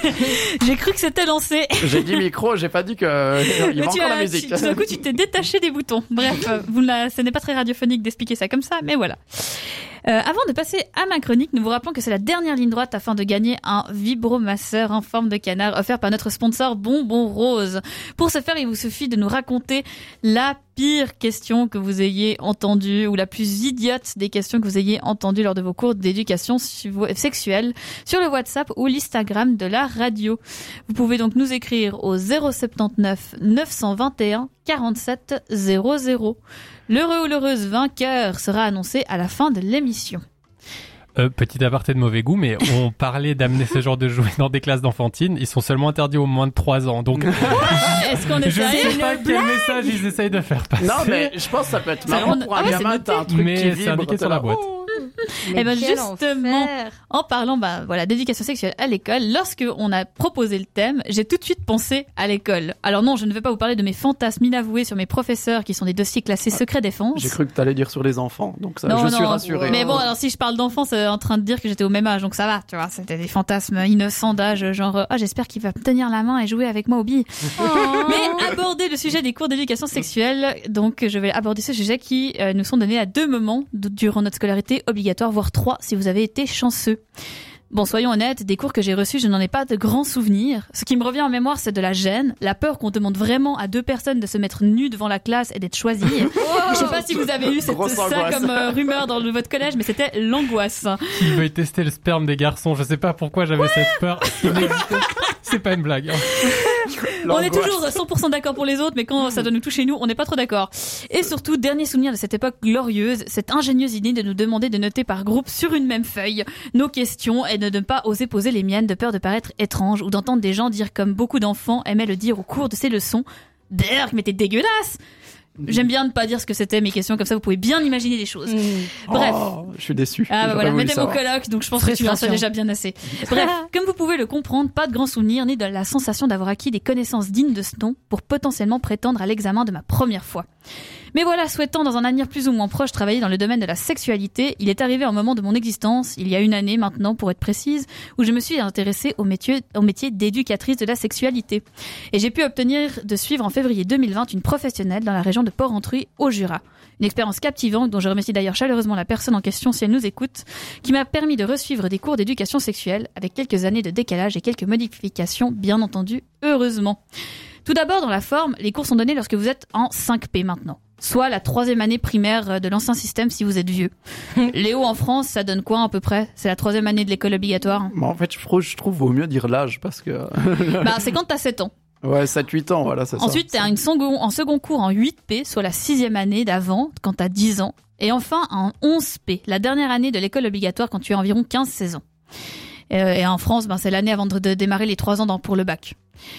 J'ai cru que c'était lancé. J'ai dit micro, j'ai pas dit que il y Mais a tu encore as- la musique. tu- tout d'un coup, tu t'es détaché des boutons. Bref, euh, vous ne la- ce n'est pas très radiophonique d'expliquer ça comme ça, mais voilà. Euh, avant de passer à ma chronique, nous vous rappelons que c'est la dernière ligne droite afin de gagner un vibromasseur en forme de canard offert par notre sponsor Bonbon Rose. Pour ce faire, il vous suffit de nous raconter la pire question que vous ayez entendue ou la plus idiote des questions que vous ayez entendues lors de vos cours d'éducation su- sexuelle sur le WhatsApp ou l'Instagram de la radio. Vous pouvez donc nous écrire au zéro soixante-dix-neuf neuf cent vingt et un quarante-sept zéro zéro. L'heureux ou l'heureuse vainqueur sera annoncé à la fin de l'émission. Euh, petit aparté de mauvais goût, mais on parlait d'amener ce genre de jouets dans des classes d'enfantine. Ils sont seulement interdits aux moins de trois ans. Donc, Est-ce qu'on est je ne sérieux? sais pas quel message ils essayent de faire passer. Non, mais je pense que ça peut être Ça marrant rend- pour Ah un ouais, c'est gamin, noté. t'as un truc Mais qui c'est vibre. indiqué t'es sur là, la boîte. oh. Eh ben, quel justement, enfer. en parlant bah, voilà, d'éducation sexuelle à l'école, lorsque on a proposé le thème, j'ai tout de suite pensé à l'école. Alors non, je ne vais pas vous parler de mes fantasmes inavoués sur mes professeurs qui sont des dossiers classés secret défense. J'ai cru que t'allais dire sur les enfants, donc ça, Non, je suis non, rassuré. Mais bon, alors si je parle d'enfants, c'est en train de dire que j'étais au même âge, donc ça va, tu vois. C'était des fantasmes innocents d'âge, genre ah j'espère qu'il va me tenir la main et jouer avec moi aux billes. Mais aborder le sujet des cours d'éducation sexuelle, donc je vais aborder ce sujet qui euh, nous sont donnés à deux moments de- durant notre scolarité obligatoire, voire trois si vous avez été chanceux. Bon, soyons honnêtes, des cours que j'ai reçus, je n'en ai pas de grands souvenirs. Ce qui me revient en mémoire, c'est de la gêne, la peur qu'on demande vraiment à deux personnes de se mettre nues devant la classe et d'être choisies. Je sais pas si vous avez eu cette, Grosse ça angoisse. comme euh, rumeur dans le- votre collège, mais c'était l'angoisse. Qui veuille tester le sperme des garçons. Je sais pas pourquoi j'avais cette peur. Ça n'existait- C'est pas une blague. hein. On est L'angoisse. toujours cent pour cent d'accord pour les autres, mais quand ça doit nous toucher nous, on n'est pas trop d'accord. Et surtout, dernier souvenir de cette époque glorieuse, cette ingénieuse idée de nous demander de noter par groupe sur une même feuille nos questions et de ne pas oser poser les miennes de peur de paraître étrange ou d'entendre des gens dire comme beaucoup d'enfants aimaient le dire au cours de ces leçons. Berk, mais t'es dégueulasse! J'aime bien ne pas dire ce que c'était mes questions, comme ça vous pouvez bien imaginer les choses. Bref. Oh, je suis déçu. Ah bah J'aurais voilà, voulu mettez mon savoir. coloc, donc je pense que tu en sais Frustration. déjà bien assez. Bref, comme vous pouvez le comprendre, pas de grands souvenirs ni de la sensation d'avoir acquis des connaissances dignes de ce nom pour potentiellement prétendre à l'examen de ma première fois. Mais voilà, souhaitant dans un avenir plus ou moins proche travailler dans le domaine de la sexualité, il est arrivé un moment de mon existence, il y a une année maintenant pour être précise, où je me suis intéressée au métier, au métier d'éducatrice de la sexualité. Et j'ai pu obtenir de suivre en février deux mille vingt une professionnelle dans la région de Port-Entruy, au Jura. Une expérience captivante dont je remercie d'ailleurs chaleureusement la personne en question si elle nous écoute, qui m'a permis de resuivre des cours d'éducation sexuelle avec quelques années de décalage et quelques modifications, bien entendu, heureusement. Tout d'abord, dans la forme, les cours sont donnés lorsque vous êtes en cinq P maintenant. Soit la troisième année primaire de l'ancien système si vous êtes vieux. Léo, en France, ça donne quoi à peu près ? C'est la troisième année de l'école obligatoire. Bah, en fait, je trouve, je trouve vaut mieux dire l'âge parce que... bah, c'est quand t'as sept ans. Ouais, sept huit ans, voilà, c'est ça. Ensuite, t'as une second, en second cours en huit P, soit la sixième année d'avant, quand t'as dix ans. Et enfin, en onze P, la dernière année de l'école obligatoire quand tu as environ quinze seize ans. Euh, et en France, ben, c'est l'année avant de, de démarrer les trois ans dans, pour le bac.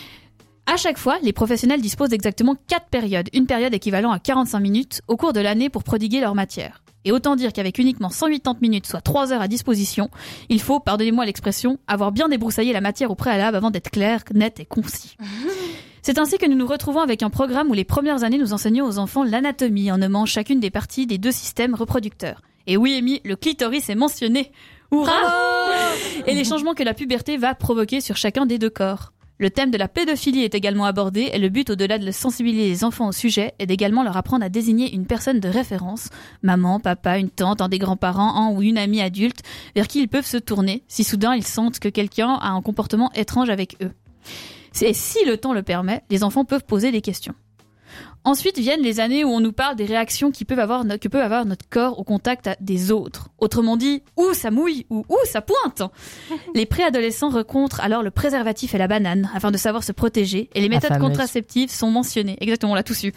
À chaque fois, les professionnels disposent d'exactement quatre périodes, une période équivalent à quarante-cinq minutes au cours de l'année pour prodiguer leur matière. Et autant dire qu'avec uniquement cent quatre-vingts minutes, soit trois heures à disposition, il faut, pardonnez-moi l'expression, avoir bien débroussaillé la matière au préalable avant d'être clair, net et concis. C'est ainsi que nous nous retrouvons avec un programme où les premières années nous enseignons aux enfants l'anatomie en nommant chacune des parties des deux systèmes reproducteurs. Et oui, Amy, le clitoris est mentionné. Hurrah ! Et les changements que la puberté va provoquer sur chacun des deux corps. Le thème de la pédophilie est également abordé et le but, au-delà de sensibiliser les enfants au sujet, est d'également leur apprendre à désigner une personne de référence, maman, papa, une tante, un des grands-parents, un ou une amie adulte, vers qui ils peuvent se tourner si soudain ils sentent que quelqu'un a un comportement étrange avec eux. Et si le temps le permet, les enfants peuvent poser des questions. Ensuite viennent les années où on nous parle des réactions qui peuvent avoir, que peut avoir notre corps au contact des autres. Autrement dit, ouh ça mouille ou ouh ça pointe. Les préadolescents rencontrent alors le préservatif et la banane afin de savoir se protéger et les méthodes contraceptives sont mentionnées. Exactement, on l'a tous eu.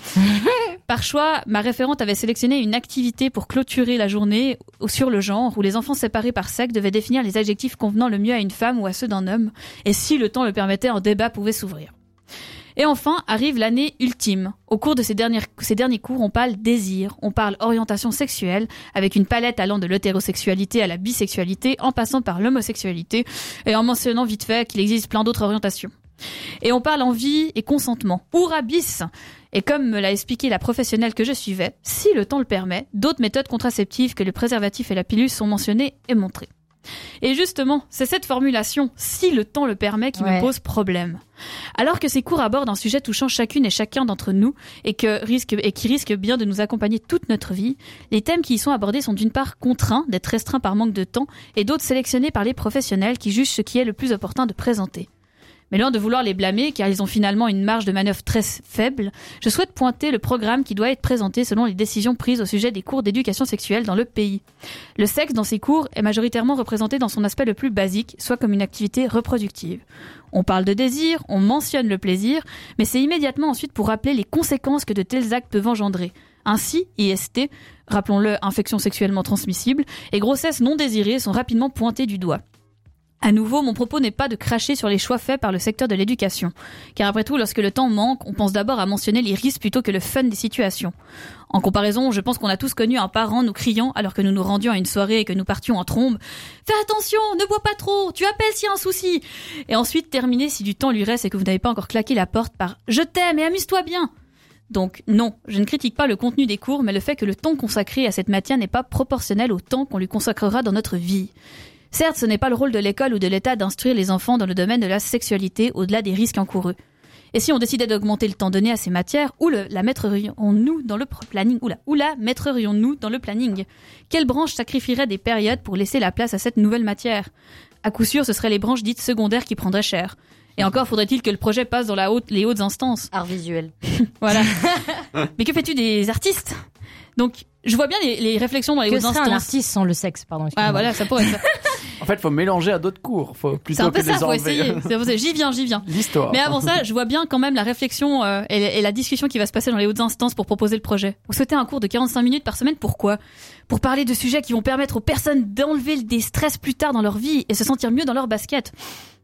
Par choix, ma référente avait sélectionné une activité pour clôturer la journée sur le genre où les enfants séparés par sexe devaient définir les adjectifs convenant le mieux à une femme ou à ceux d'un homme et si le temps le permettait, un débat pouvait s'ouvrir. Et enfin, arrive l'année ultime. Au cours de ces, dernières, ces derniers cours, on parle désir, on parle orientation sexuelle, avec une palette allant de l'hétérosexualité à la bisexualité, en passant par l'homosexualité, et en mentionnant vite fait qu'il existe plein d'autres orientations. Et on parle envie et consentement. Hurrah bis ! Et comme me l'a expliqué la professionnelle que je suivais, si le temps le permet, d'autres méthodes contraceptives que le préservatif et la pilule sont mentionnées et montrées. Et justement, c'est cette formulation « si le temps le permet » qui ouais. me pose problème. Alors que ces cours abordent un sujet touchant chacune et chacun d'entre nous et, que risque, et qui risque bien de nous accompagner toute notre vie, les thèmes qui y sont abordés sont d'une part contraints d'être restreints par manque de temps et d'autres sélectionnés par les professionnels qui jugent ce qui est le plus opportun de présenter. Mais loin de vouloir les blâmer, car ils ont finalement une marge de manœuvre très faible, je souhaite pointer le programme qui doit être présenté selon les décisions prises au sujet des cours d'éducation sexuelle dans le pays. Le sexe dans ces cours est majoritairement représenté dans son aspect le plus basique, soit comme une activité reproductive. On parle de désir, on mentionne le plaisir, mais c'est immédiatement ensuite pour rappeler les conséquences que de tels actes peuvent engendrer. Ainsi, I S T, rappelons-le, infection sexuellement transmissible, et grossesse non désirée sont rapidement pointées du doigt. À nouveau, mon propos n'est pas de cracher sur les choix faits par le secteur de l'éducation. Car après tout, lorsque le temps manque, on pense d'abord à mentionner les risques plutôt que le fun des situations. En comparaison, je pense qu'on a tous connu un parent nous criant alors que nous nous rendions à une soirée et que nous partions en trombe. « Fais attention, ne bois pas trop, tu appelles s'il y a un souci !» Et ensuite terminer si du temps lui reste et que vous n'avez pas encore claqué la porte par « Je t'aime et amuse-toi bien !» Donc non, je ne critique pas le contenu des cours, mais le fait que le temps consacré à cette matière n'est pas proportionnel au temps qu'on lui consacrera dans notre vie. Certes, ce n'est pas le rôle de l'école ou de l'État d'instruire les enfants dans le domaine de la sexualité au-delà des risques encourus. Et si on décidait d'augmenter le temps donné à ces matières, où le, la mettrions-nous dans le planning Où la, où la mettrions-nous dans le planning Quelle branche sacrifierait des périodes pour laisser la place à cette nouvelle matière ? À coup sûr, ce seraient les branches dites secondaires qui prendraient cher. Et encore faudrait-il que le projet passe dans la haute, les hautes instances. Art visuel. Voilà. Mais que fais-tu des artistes ? Donc, je vois bien les, les réflexions dans les que hautes instances. Que serait un artiste sans le sexe, pardon. Ah voilà, ça pourrait être ça. En fait, il faut mélanger à d'autres cours, faut plutôt c'est un peu que ça, les faut enlever. essayer. C'est pour ça, j'y viens, j'y viens. L'histoire. Mais avant ça, je vois bien quand même la réflexion euh, et, et la discussion qui va se passer dans les hautes instances pour proposer le projet. Vous souhaitez un cours de quarante-cinq minutes par semaine, pourquoi ? Pour parler de sujets qui vont permettre aux personnes d'enlever des stress plus tard dans leur vie et se sentir mieux dans leur basket.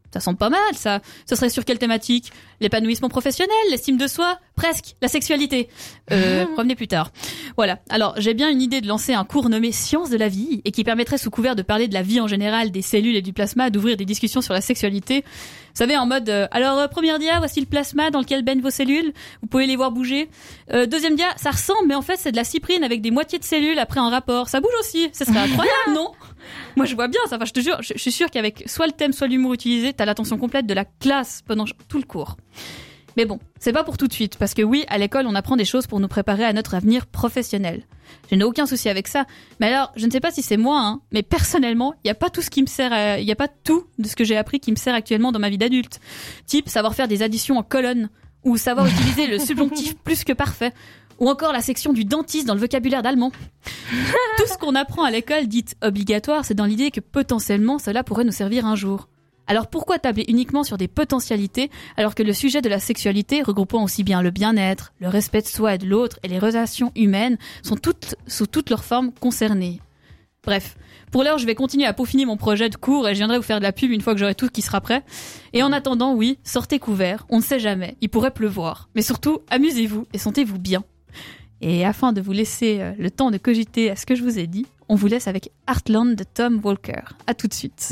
Ça semble pas mal, ça. Ce serait sur quelle thématique ? L'épanouissement professionnel, l'estime de soi ? Presque. La sexualité. Euh, revenez plus tard. Voilà. Alors, j'ai bien une idée de lancer un cours nommé Sciences de la vie et qui permettrait, sous couvert de parler de la vie en général, des cellules et du plasma, d'ouvrir des discussions sur la sexualité. Vous savez, en mode, euh, alors, euh, première dia, voici le plasma dans lequel baignent vos cellules. Vous pouvez les voir bouger. Euh, deuxième dia, ça ressemble, mais en fait, c'est de la cyprine avec des moitiés de cellules après un rapport. Ça bouge aussi. Ce serait incroyable, non ? Moi, je vois bien ça. Enfin, je te jure, je, je suis sûre qu'avec soit le thème, soit l'humour utilisé, t'as l'attention complète de la classe pendant tout le cours. Mais bon, c'est pas pour tout de suite, parce que oui, à l'école, on apprend des choses pour nous préparer à notre avenir professionnel. Je n'ai aucun souci avec ça. Mais alors, je ne sais pas si c'est moi, hein, mais personnellement, il n'y a pas tout ce qui me sert, il n'y a pas tout de ce que j'ai appris qui me sert actuellement dans ma vie d'adulte. Type, savoir faire des additions en colonne, ou savoir utiliser le subjonctif plus que parfait, ou encore la section du dentiste dans le vocabulaire d'allemand. Tout ce qu'on apprend à l'école dite obligatoire, c'est dans l'idée que potentiellement cela pourrait nous servir un jour. Alors pourquoi tabler uniquement sur des potentialités alors que le sujet de la sexualité, regroupant aussi bien le bien-être, le respect de soi et de l'autre et les relations humaines, sont toutes, sous toutes leurs formes concernées. Bref, pour l'heure, je vais continuer à peaufiner mon projet de cours et je viendrai vous faire de la pub une fois que j'aurai tout qui sera prêt. Et en attendant, oui, sortez couverts, on ne sait jamais, il pourrait pleuvoir. Mais surtout, amusez-vous et sentez-vous bien. Et afin de vous laisser le temps de cogiter à ce que je vous ai dit, on vous laisse avec Heartland de Tom Walker. À tout de suite.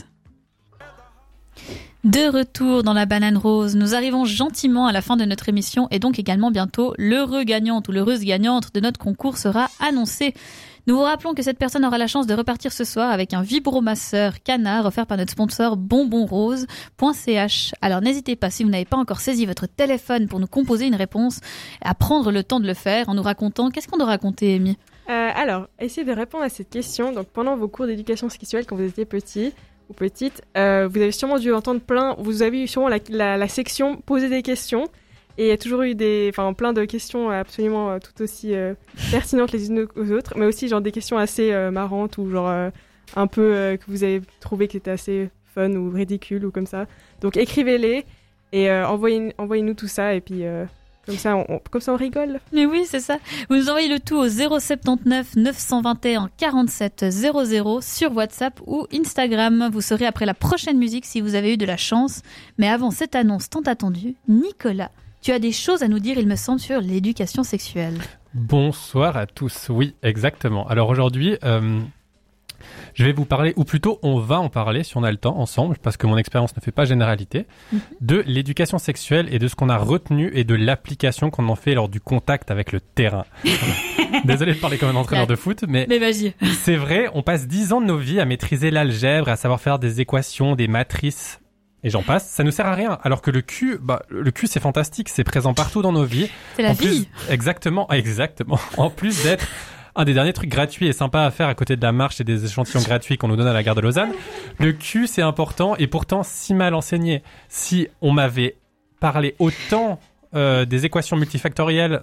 De retour dans la banane rose, nous arrivons gentiment à la fin de notre émission et donc également bientôt l'heureux gagnant ou l'heureuse gagnante de notre concours sera annoncé. Nous vous rappelons que cette personne aura la chance de repartir ce soir avec un vibromasseur canard offert par notre sponsor bonbonrose point c h. Alors n'hésitez pas, si vous n'avez pas encore saisi votre téléphone pour nous composer une réponse, à prendre le temps de le faire en nous racontant. Qu'est-ce qu'on doit raconter, Amy ? Euh, alors, essayez de répondre à cette question. Donc, pendant vos cours d'éducation sexuelle quand vous étiez petit ou petite, euh, vous avez sûrement dû entendre plein, vous avez eu sûrement la, la, la section poser des questions. Et il y a toujours eu des, enfin, plein de questions absolument euh, tout aussi euh, pertinentes les unes aux autres, mais aussi genre des questions assez euh, marrantes ou genre euh, un peu euh, que vous avez trouvé que c'était assez fun ou ridicule ou comme ça. Donc écrivez-les et euh, envoyez, envoyez-nous tout ça et puis euh, comme ça, on, on, comme ça on rigole. Mais oui, c'est ça. Vous nous envoyez le tout au zéro sept neuf neuf cent vingt et un quarante-sept zéro zéro sur WhatsApp ou Instagram. Vous saurez après la prochaine musique si vous avez eu de la chance. Mais avant cette annonce tant attendue, Nicolas, tu as des choses à nous dire, il me semble, sur l'éducation sexuelle. Bonsoir à tous. Oui, exactement. Alors aujourd'hui, euh, je vais vous parler, ou plutôt on va en parler si on a le temps ensemble, parce que mon expérience ne fait pas généralité, mm-hmm. de l'éducation sexuelle et de ce qu'on a retenu et de l'application qu'on en fait lors du contact avec le terrain. Désolé de parler comme un entraîneur de foot, mais, mais vas-y. C'est vrai, on passe dix ans de nos vies à maîtriser l'algèbre, à savoir faire des équations, des matrices, et j'en passe, ça ne sert à rien. Alors que le cul, bah, le cul c'est fantastique, c'est présent partout dans nos vies. C'est la en vie. Plus, exactement, exactement. En plus d'être un des derniers trucs gratuits et sympas à faire à côté de la marche et des échantillons gratuits qu'on nous donne à la gare de Lausanne, le cul c'est important et pourtant si mal enseigné. Si on m'avait parlé autant euh, des équations multifactorielles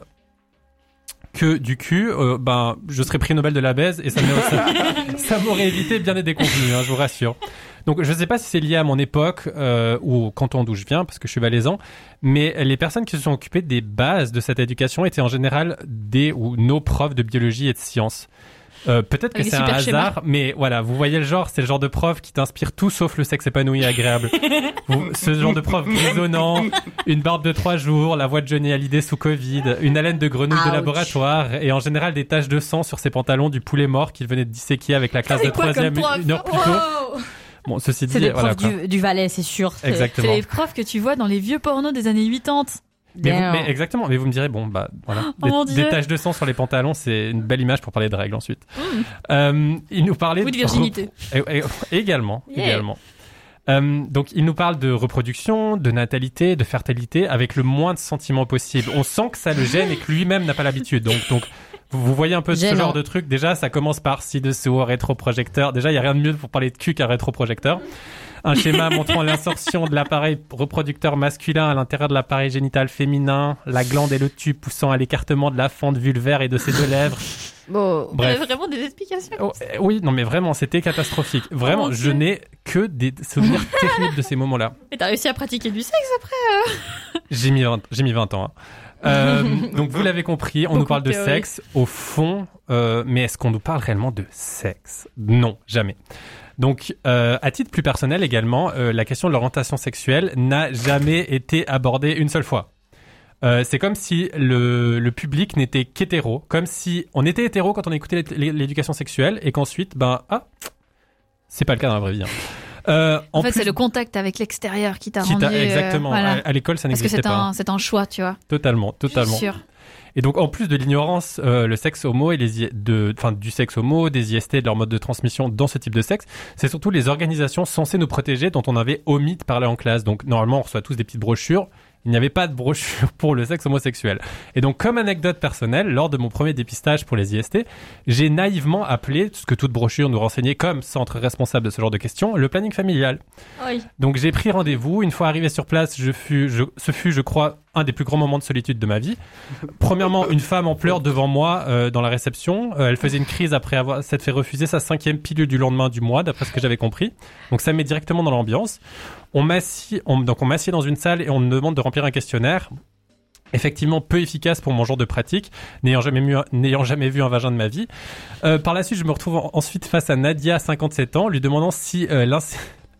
que du cul, euh, ben je serais prix Nobel de la baise et ça, ça, ça m'aurait évité bien des déconvenus, hein, je vous rassure. Donc je ne sais pas si c'est lié à mon époque euh, ou au canton d'où je viens, parce que je suis valaisan, mais les personnes qui se sont occupées des bases de cette éducation étaient en général des ou nos profs de biologie et de sciences. Euh, peut-être que Avec c'est un hasard, schémas. Mais voilà, vous voyez le genre, c'est le genre de prof qui t'inspire tout sauf le sexe épanoui et agréable. vous, ce genre de prof grisonnant, une barbe de trois jours, la voix de Johnny Hallyday sous Covid, une haleine de grenouille Ouch. de laboratoire et en général des taches de sang sur ses pantalons du poulet mort qu'il venait de disséquer avec la classe de troisième une heure plus tôt. Wow. Bon, ceci dit, C'est les voilà, profs quoi. du, du Valais, c'est sûr. Exactement. C'est les profs que tu vois dans les vieux pornos des années quatre-vingt-dix. Mais, vous- Damn. mais exactement, mais vous me direz, bon, bah, voilà. Oh mon des, Dieu. des taches de sang sur les pantalons, c'est une belle image pour parler de règles ensuite. Euh, il nous parlait Ou de virginité. Et, et- également, Yeah. également. Euh, donc, il nous parle de reproduction, de natalité, de fertilité, avec le moins de sentiments possible. On sent que ça le gêne et que lui-même n'a pas l'habitude. Donc, donc, vous, vous voyez un peu ce Gênant. genre de truc. Déjà, ça commence par ci-dessous, rétroprojecteur. Déjà, il y a rien de mieux pour parler de cul qu'un rétroprojecteur. Un schéma montrant l'insertion de l'appareil reproducteur masculin à l'intérieur de l'appareil génital féminin, la glande et le tube poussant à l'écartement de la fente vulvaire et de ses deux lèvres. Bon. Il y avait Bref. vraiment des explications. Oh, euh, oui, non mais vraiment, c'était catastrophique. Vraiment, Oh mon je Dieu. n'ai que des souvenirs terribles de ces moments-là. Et t'as réussi à pratiquer du sexe après? J'ai mis vingt, j'ai mis vingt ans. Hein. Euh, donc vous l'avez compris, on Beaucoup nous parle de de théories. sexe au fond, euh, mais est-ce qu'on nous parle réellement de sexe ? Non, jamais. Donc, euh, à titre plus personnel également, euh, la question de l'orientation sexuelle n'a jamais été abordée une seule fois. Euh, c'est comme si le, le public n'était qu'hétéro, comme si on était hétéro quand on écoutait l'éducation sexuelle et qu'ensuite, ben, ah, c'est pas le cas dans la vraie vie. Hein. Euh, en, en fait, plus, c'est le contact avec l'extérieur qui t'a qui rendu... t'a, exactement. Euh, voilà. à, à l'école, ça Parce que n'existait c'est pas. un, c'est un choix, tu vois. Totalement, totalement. Je suis sûre. Et donc, en plus de l'ignorance, euh, le sexe homo et les I- de, enfin, du sexe homo, des I S T, de leur mode de transmission dans ce type de sexe, c'est surtout les organisations censées nous protéger dont on avait omis de parler en classe. Donc, normalement, on reçoit tous des petites brochures. Il n'y avait pas de brochure pour le sexe homosexuel. Et donc, comme anecdote personnelle, lors de mon premier dépistage pour les I S T, j'ai naïvement appelé ce que toute brochure nous renseignait comme centre responsable de ce genre de questions, le planning familial. Oui. Donc, j'ai pris rendez-vous. Une fois arrivé sur place, je fus, je, ce fut, je crois, un des plus grands moments de solitude de ma vie. Premièrement, une femme en pleurs devant moi euh, dans la réception. Euh, elle faisait une crise après avoir s'être fait refuser sa cinquième pilule du lendemain du mois, d'après ce que j'avais compris. Donc, ça met directement dans l'ambiance. On m'assied, on, donc on m'assied dans une salle et on me demande de remplir un questionnaire. Effectivement, peu efficace pour mon genre de pratique, n'ayant jamais, mu, n'ayant jamais vu un vagin de ma vie. Euh, par la suite, je me retrouve en, ensuite face à Nadia, cinquante-sept ans, lui demandant si euh, l'inc...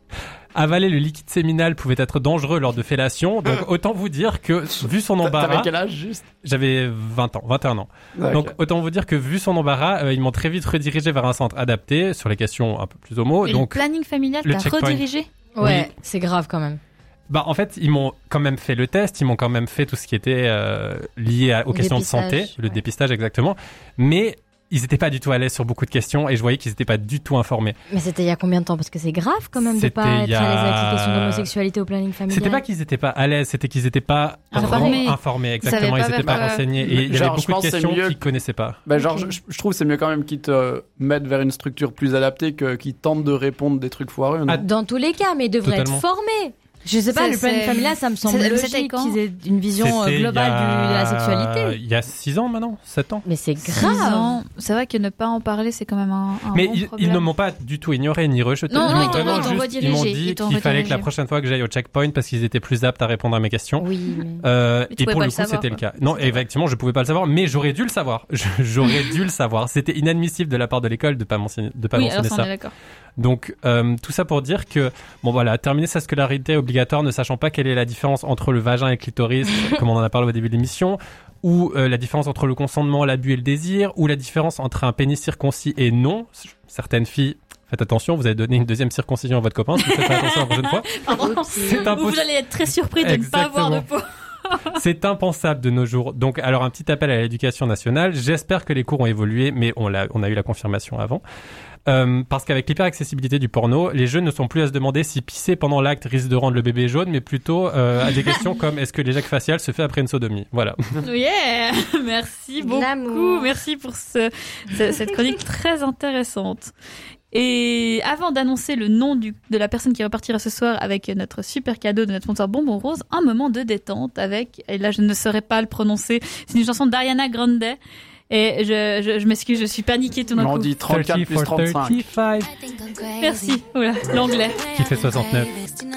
avaler le liquide séminal pouvait être dangereux lors de fellation. Donc, autant vous dire que, vu son embarras... T'avais quel âge, juste? J'avais vingt ans, vingt et un ans. Okay. Donc, autant vous dire que, vu son embarras, euh, ils m'ont très vite redirigé vers un centre adapté sur les questions un peu plus homo. Et donc, le planning familial le t'a checkpoint. redirigé? Ouais, Oui. c'est grave quand même. Bah, en fait, ils m'ont quand même fait le test, ils m'ont quand même fait tout ce qui était euh, lié à, aux Le questions de dépistage, santé, le ouais. dépistage exactement. Mais ils n'étaient pas du tout à l'aise sur beaucoup de questions et je voyais qu'ils n'étaient pas du tout informés. Mais c'était il y a combien de temps? Parce que c'est grave quand même de C'était pas il être y a- à l'aise avec les questions d'homosexualité au planning familial. C'était pas qu'ils n'étaient pas à l'aise, c'était qu'ils n'étaient pas Informés. vraiment informés. Exactement, savaient ils pas n'étaient vers pas quoi- renseignés et il y Genre, avait je beaucoup de pense que c'est questions mieux- qu'ils connaissaient pas. Ben, genre, Ok. je, je trouve que c'est mieux quand même qu'ils te mettent vers une structure plus adaptée que qu'ils tentent de répondre des trucs foireux. Non Ah, Dans tous les cas, mais ils devraient Totalement. être formés. Je sais pas, C'est- le planning c'est- familial, ça me semble c'est- c'était logique quand qu'ils aient une vision euh, C'était il y globale a- du- de la sexualité. Il y a six ans maintenant, sept ans. Mais c'est Six grave. ans. C'est vrai que ne pas en parler, c'est quand même un, un Mais bon ils, problème. ils ne m'ont pas du tout ignoré ni rejeté. Non, Ils non, m'ont ils t'ont- vraiment ils t'ont juste- redirigé, ils m'ont ils dit t'ont qu'il fallait que redirigé. la prochaine fois que j'aille au checkpoint parce qu'ils étaient plus aptes à répondre à mes questions. Oui, mais... Euh, Mais tu et pouvais pour pas le le coup, savoir, c'était le quoi. cas. Non, effectivement, je pouvais pas le savoir, mais j'aurais dû le savoir. Je- J'aurais dû le savoir. C'était inadmissible de la part de l'école de pas mentionner, de pas Oui, alors mentionner ça, on ça. est d'accord. Donc, euh, tout ça pour dire que, bon voilà, terminer sa scolarité obligatoire ne sachant pas quelle est la différence entre le vagin et le clitoris, comme on en a parlé au début de l'émission, ou euh, la différence entre le consentement, l'abus et le désir, ou la différence entre un pénis circoncis et non. Certaines filles, faites attention, vous avez donné une deuxième circoncision à votre copain, si vous faites pas attention la prochaine fois. Pardon. C'est Vous impossible. allez être très surpris de ne pas avoir de peau. C'est impensable de nos jours. Donc, alors un petit appel à l'éducation nationale. J'espère que les cours ont évolué, mais on l'a, on a eu la confirmation avant. Euh, parce qu'avec l'hyper-accessibilité du porno, les jeunes ne sont plus à se demander si pisser pendant l'acte risque de rendre le bébé jaune, mais plutôt euh, à des questions comme est-ce que l'éjec facial se fait après une sodomie. Voilà. Yeah. Merci beaucoup. Glamour. Merci pour ce, ce- cette chronique très intéressante. Et avant d'annoncer le nom du, de la personne qui repartira ce soir avec notre super cadeau de notre sponsor Bonbon Rose, un moment de détente avec, et là je ne saurais pas le prononcer, c'est une chanson d'Ariana Grande. Et je, je, je m'excuse, je suis paniquée tout d'un On coup. dit trente-quatre plus for trente-cinq. trente-cinq, Merci. Oula, l'anglais. qui fait soixante-neuf.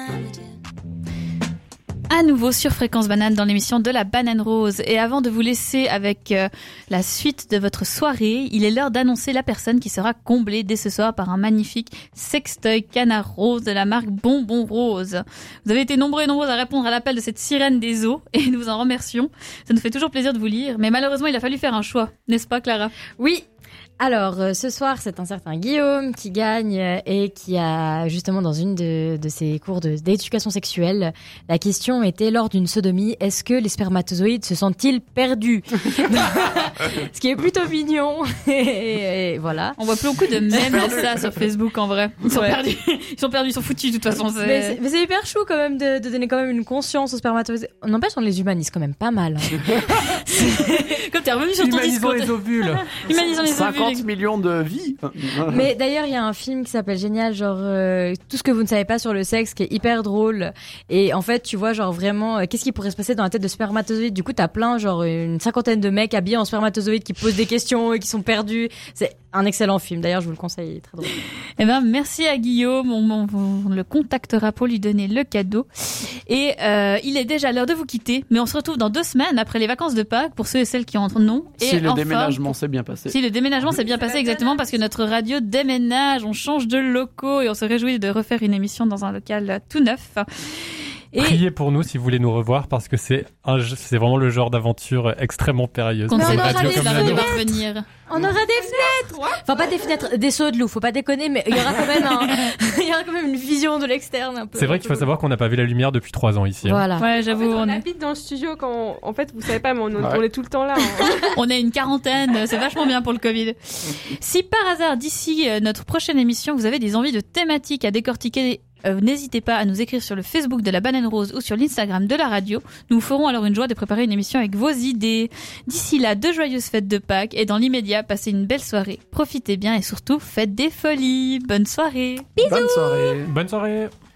À nouveau sur Fréquence Banane dans l'émission de la Banane Rose. Et avant de vous laisser avec euh, la suite de votre soirée, il est l'heure d'annoncer la personne qui sera comblée dès ce soir par un magnifique sextoy canard rose de la marque Bonbon Rose. Vous avez été nombreux et nombreuses à répondre à l'appel de cette sirène des eaux et nous vous en remercions. Ça nous fait toujours plaisir de vous lire, mais malheureusement il a fallu faire un choix, n'est-ce pas Clara? Oui. Alors, euh, ce soir, c'est un certain Guillaume qui gagne euh, et qui a, justement, dans une de, de ses cours de- d'éducation sexuelle, la question était, lors d'une sodomie, est-ce que les spermatozoïdes se sentent-ils perdus? Ce qui est plutôt mignon. et, et voilà. On voit plus beaucoup de mèmes de ça sur Facebook en vrai. Ils sont Ouais. perdus, ils sont perdus, ils sont foutus de toute façon. c'est- Mais c'est, mais c'est hyper chou quand même de, de donner quand même une conscience aux spermatozoïdes. N'empêche, on les humanise quand même pas mal. hein. Comme t'es revenu sur ton Humanisons discours. les ovules. Humanisons les cinquante ovules. millions de vies. Mais d'ailleurs, il y a un film qui s'appelle Génial, genre euh, tout ce que vous ne savez pas sur le sexe, qui est hyper drôle. Et en fait, tu vois, genre vraiment, euh, qu'est-ce qui pourrait se passer dans la tête de spermatozoïde? Du coup, t'as plein, genre une cinquantaine de mecs habillés en spermatozoïde spermatozoïdes qui posent des questions et qui sont perdus. C'est un excellent film. D'ailleurs, je vous le conseille, il est très drôle. Eh ben, merci à Guillaume. On, on, on le contactera pour lui donner le cadeau. Et euh, il est déjà l'heure de vous quitter, mais on se retrouve dans deux semaines après les vacances de Pâques pour ceux et celles qui en ont. Et si le enfin, déménagement s'est bien passé. Si le déménagement s'est bien passé, exactement, parce que notre radio déménage, on change de locaux et on se réjouit de refaire une émission dans un local tout neuf. Et priez pour nous si vous voulez nous revoir parce que c'est un, c'est vraiment le genre d'aventure extrêmement périlleuse. qu'on Mais sait on pas aura si des la fenêtres. radio va revenir. On aura des fenêtres. Enfin, pas des fenêtres, des sauts de loup. Faut pas déconner, mais il y aura quand même un, il y aura quand même une vision de l'externe un peu. C'est vrai qu'il faut savoir qu'on n'a pas vu la lumière depuis trois ans ici. hein. Voilà. Ouais, En fait, j'avoue, on, on, est, habite dans le studio quand, on- en fait, vous savez pas, mais on, Ouais. on est tout le temps là. hein. on est une quarantaine, c'est vachement bien pour le Covid. Si par hasard, d'ici euh, notre prochaine émission, vous avez des envies de thématiques à décortiquer, euh, n'hésitez pas à nous écrire sur le Facebook de la Banane Rose ou sur l'Instagram de la radio. Nous ferons alors une joie de préparer une émission avec vos idées. D'ici là, de joyeuses fêtes de Pâques et dans l'immédiat, passez une belle soirée. Profitez bien et surtout, faites des folies. Bonne soirée. Bonne soirée. Bonne soirée.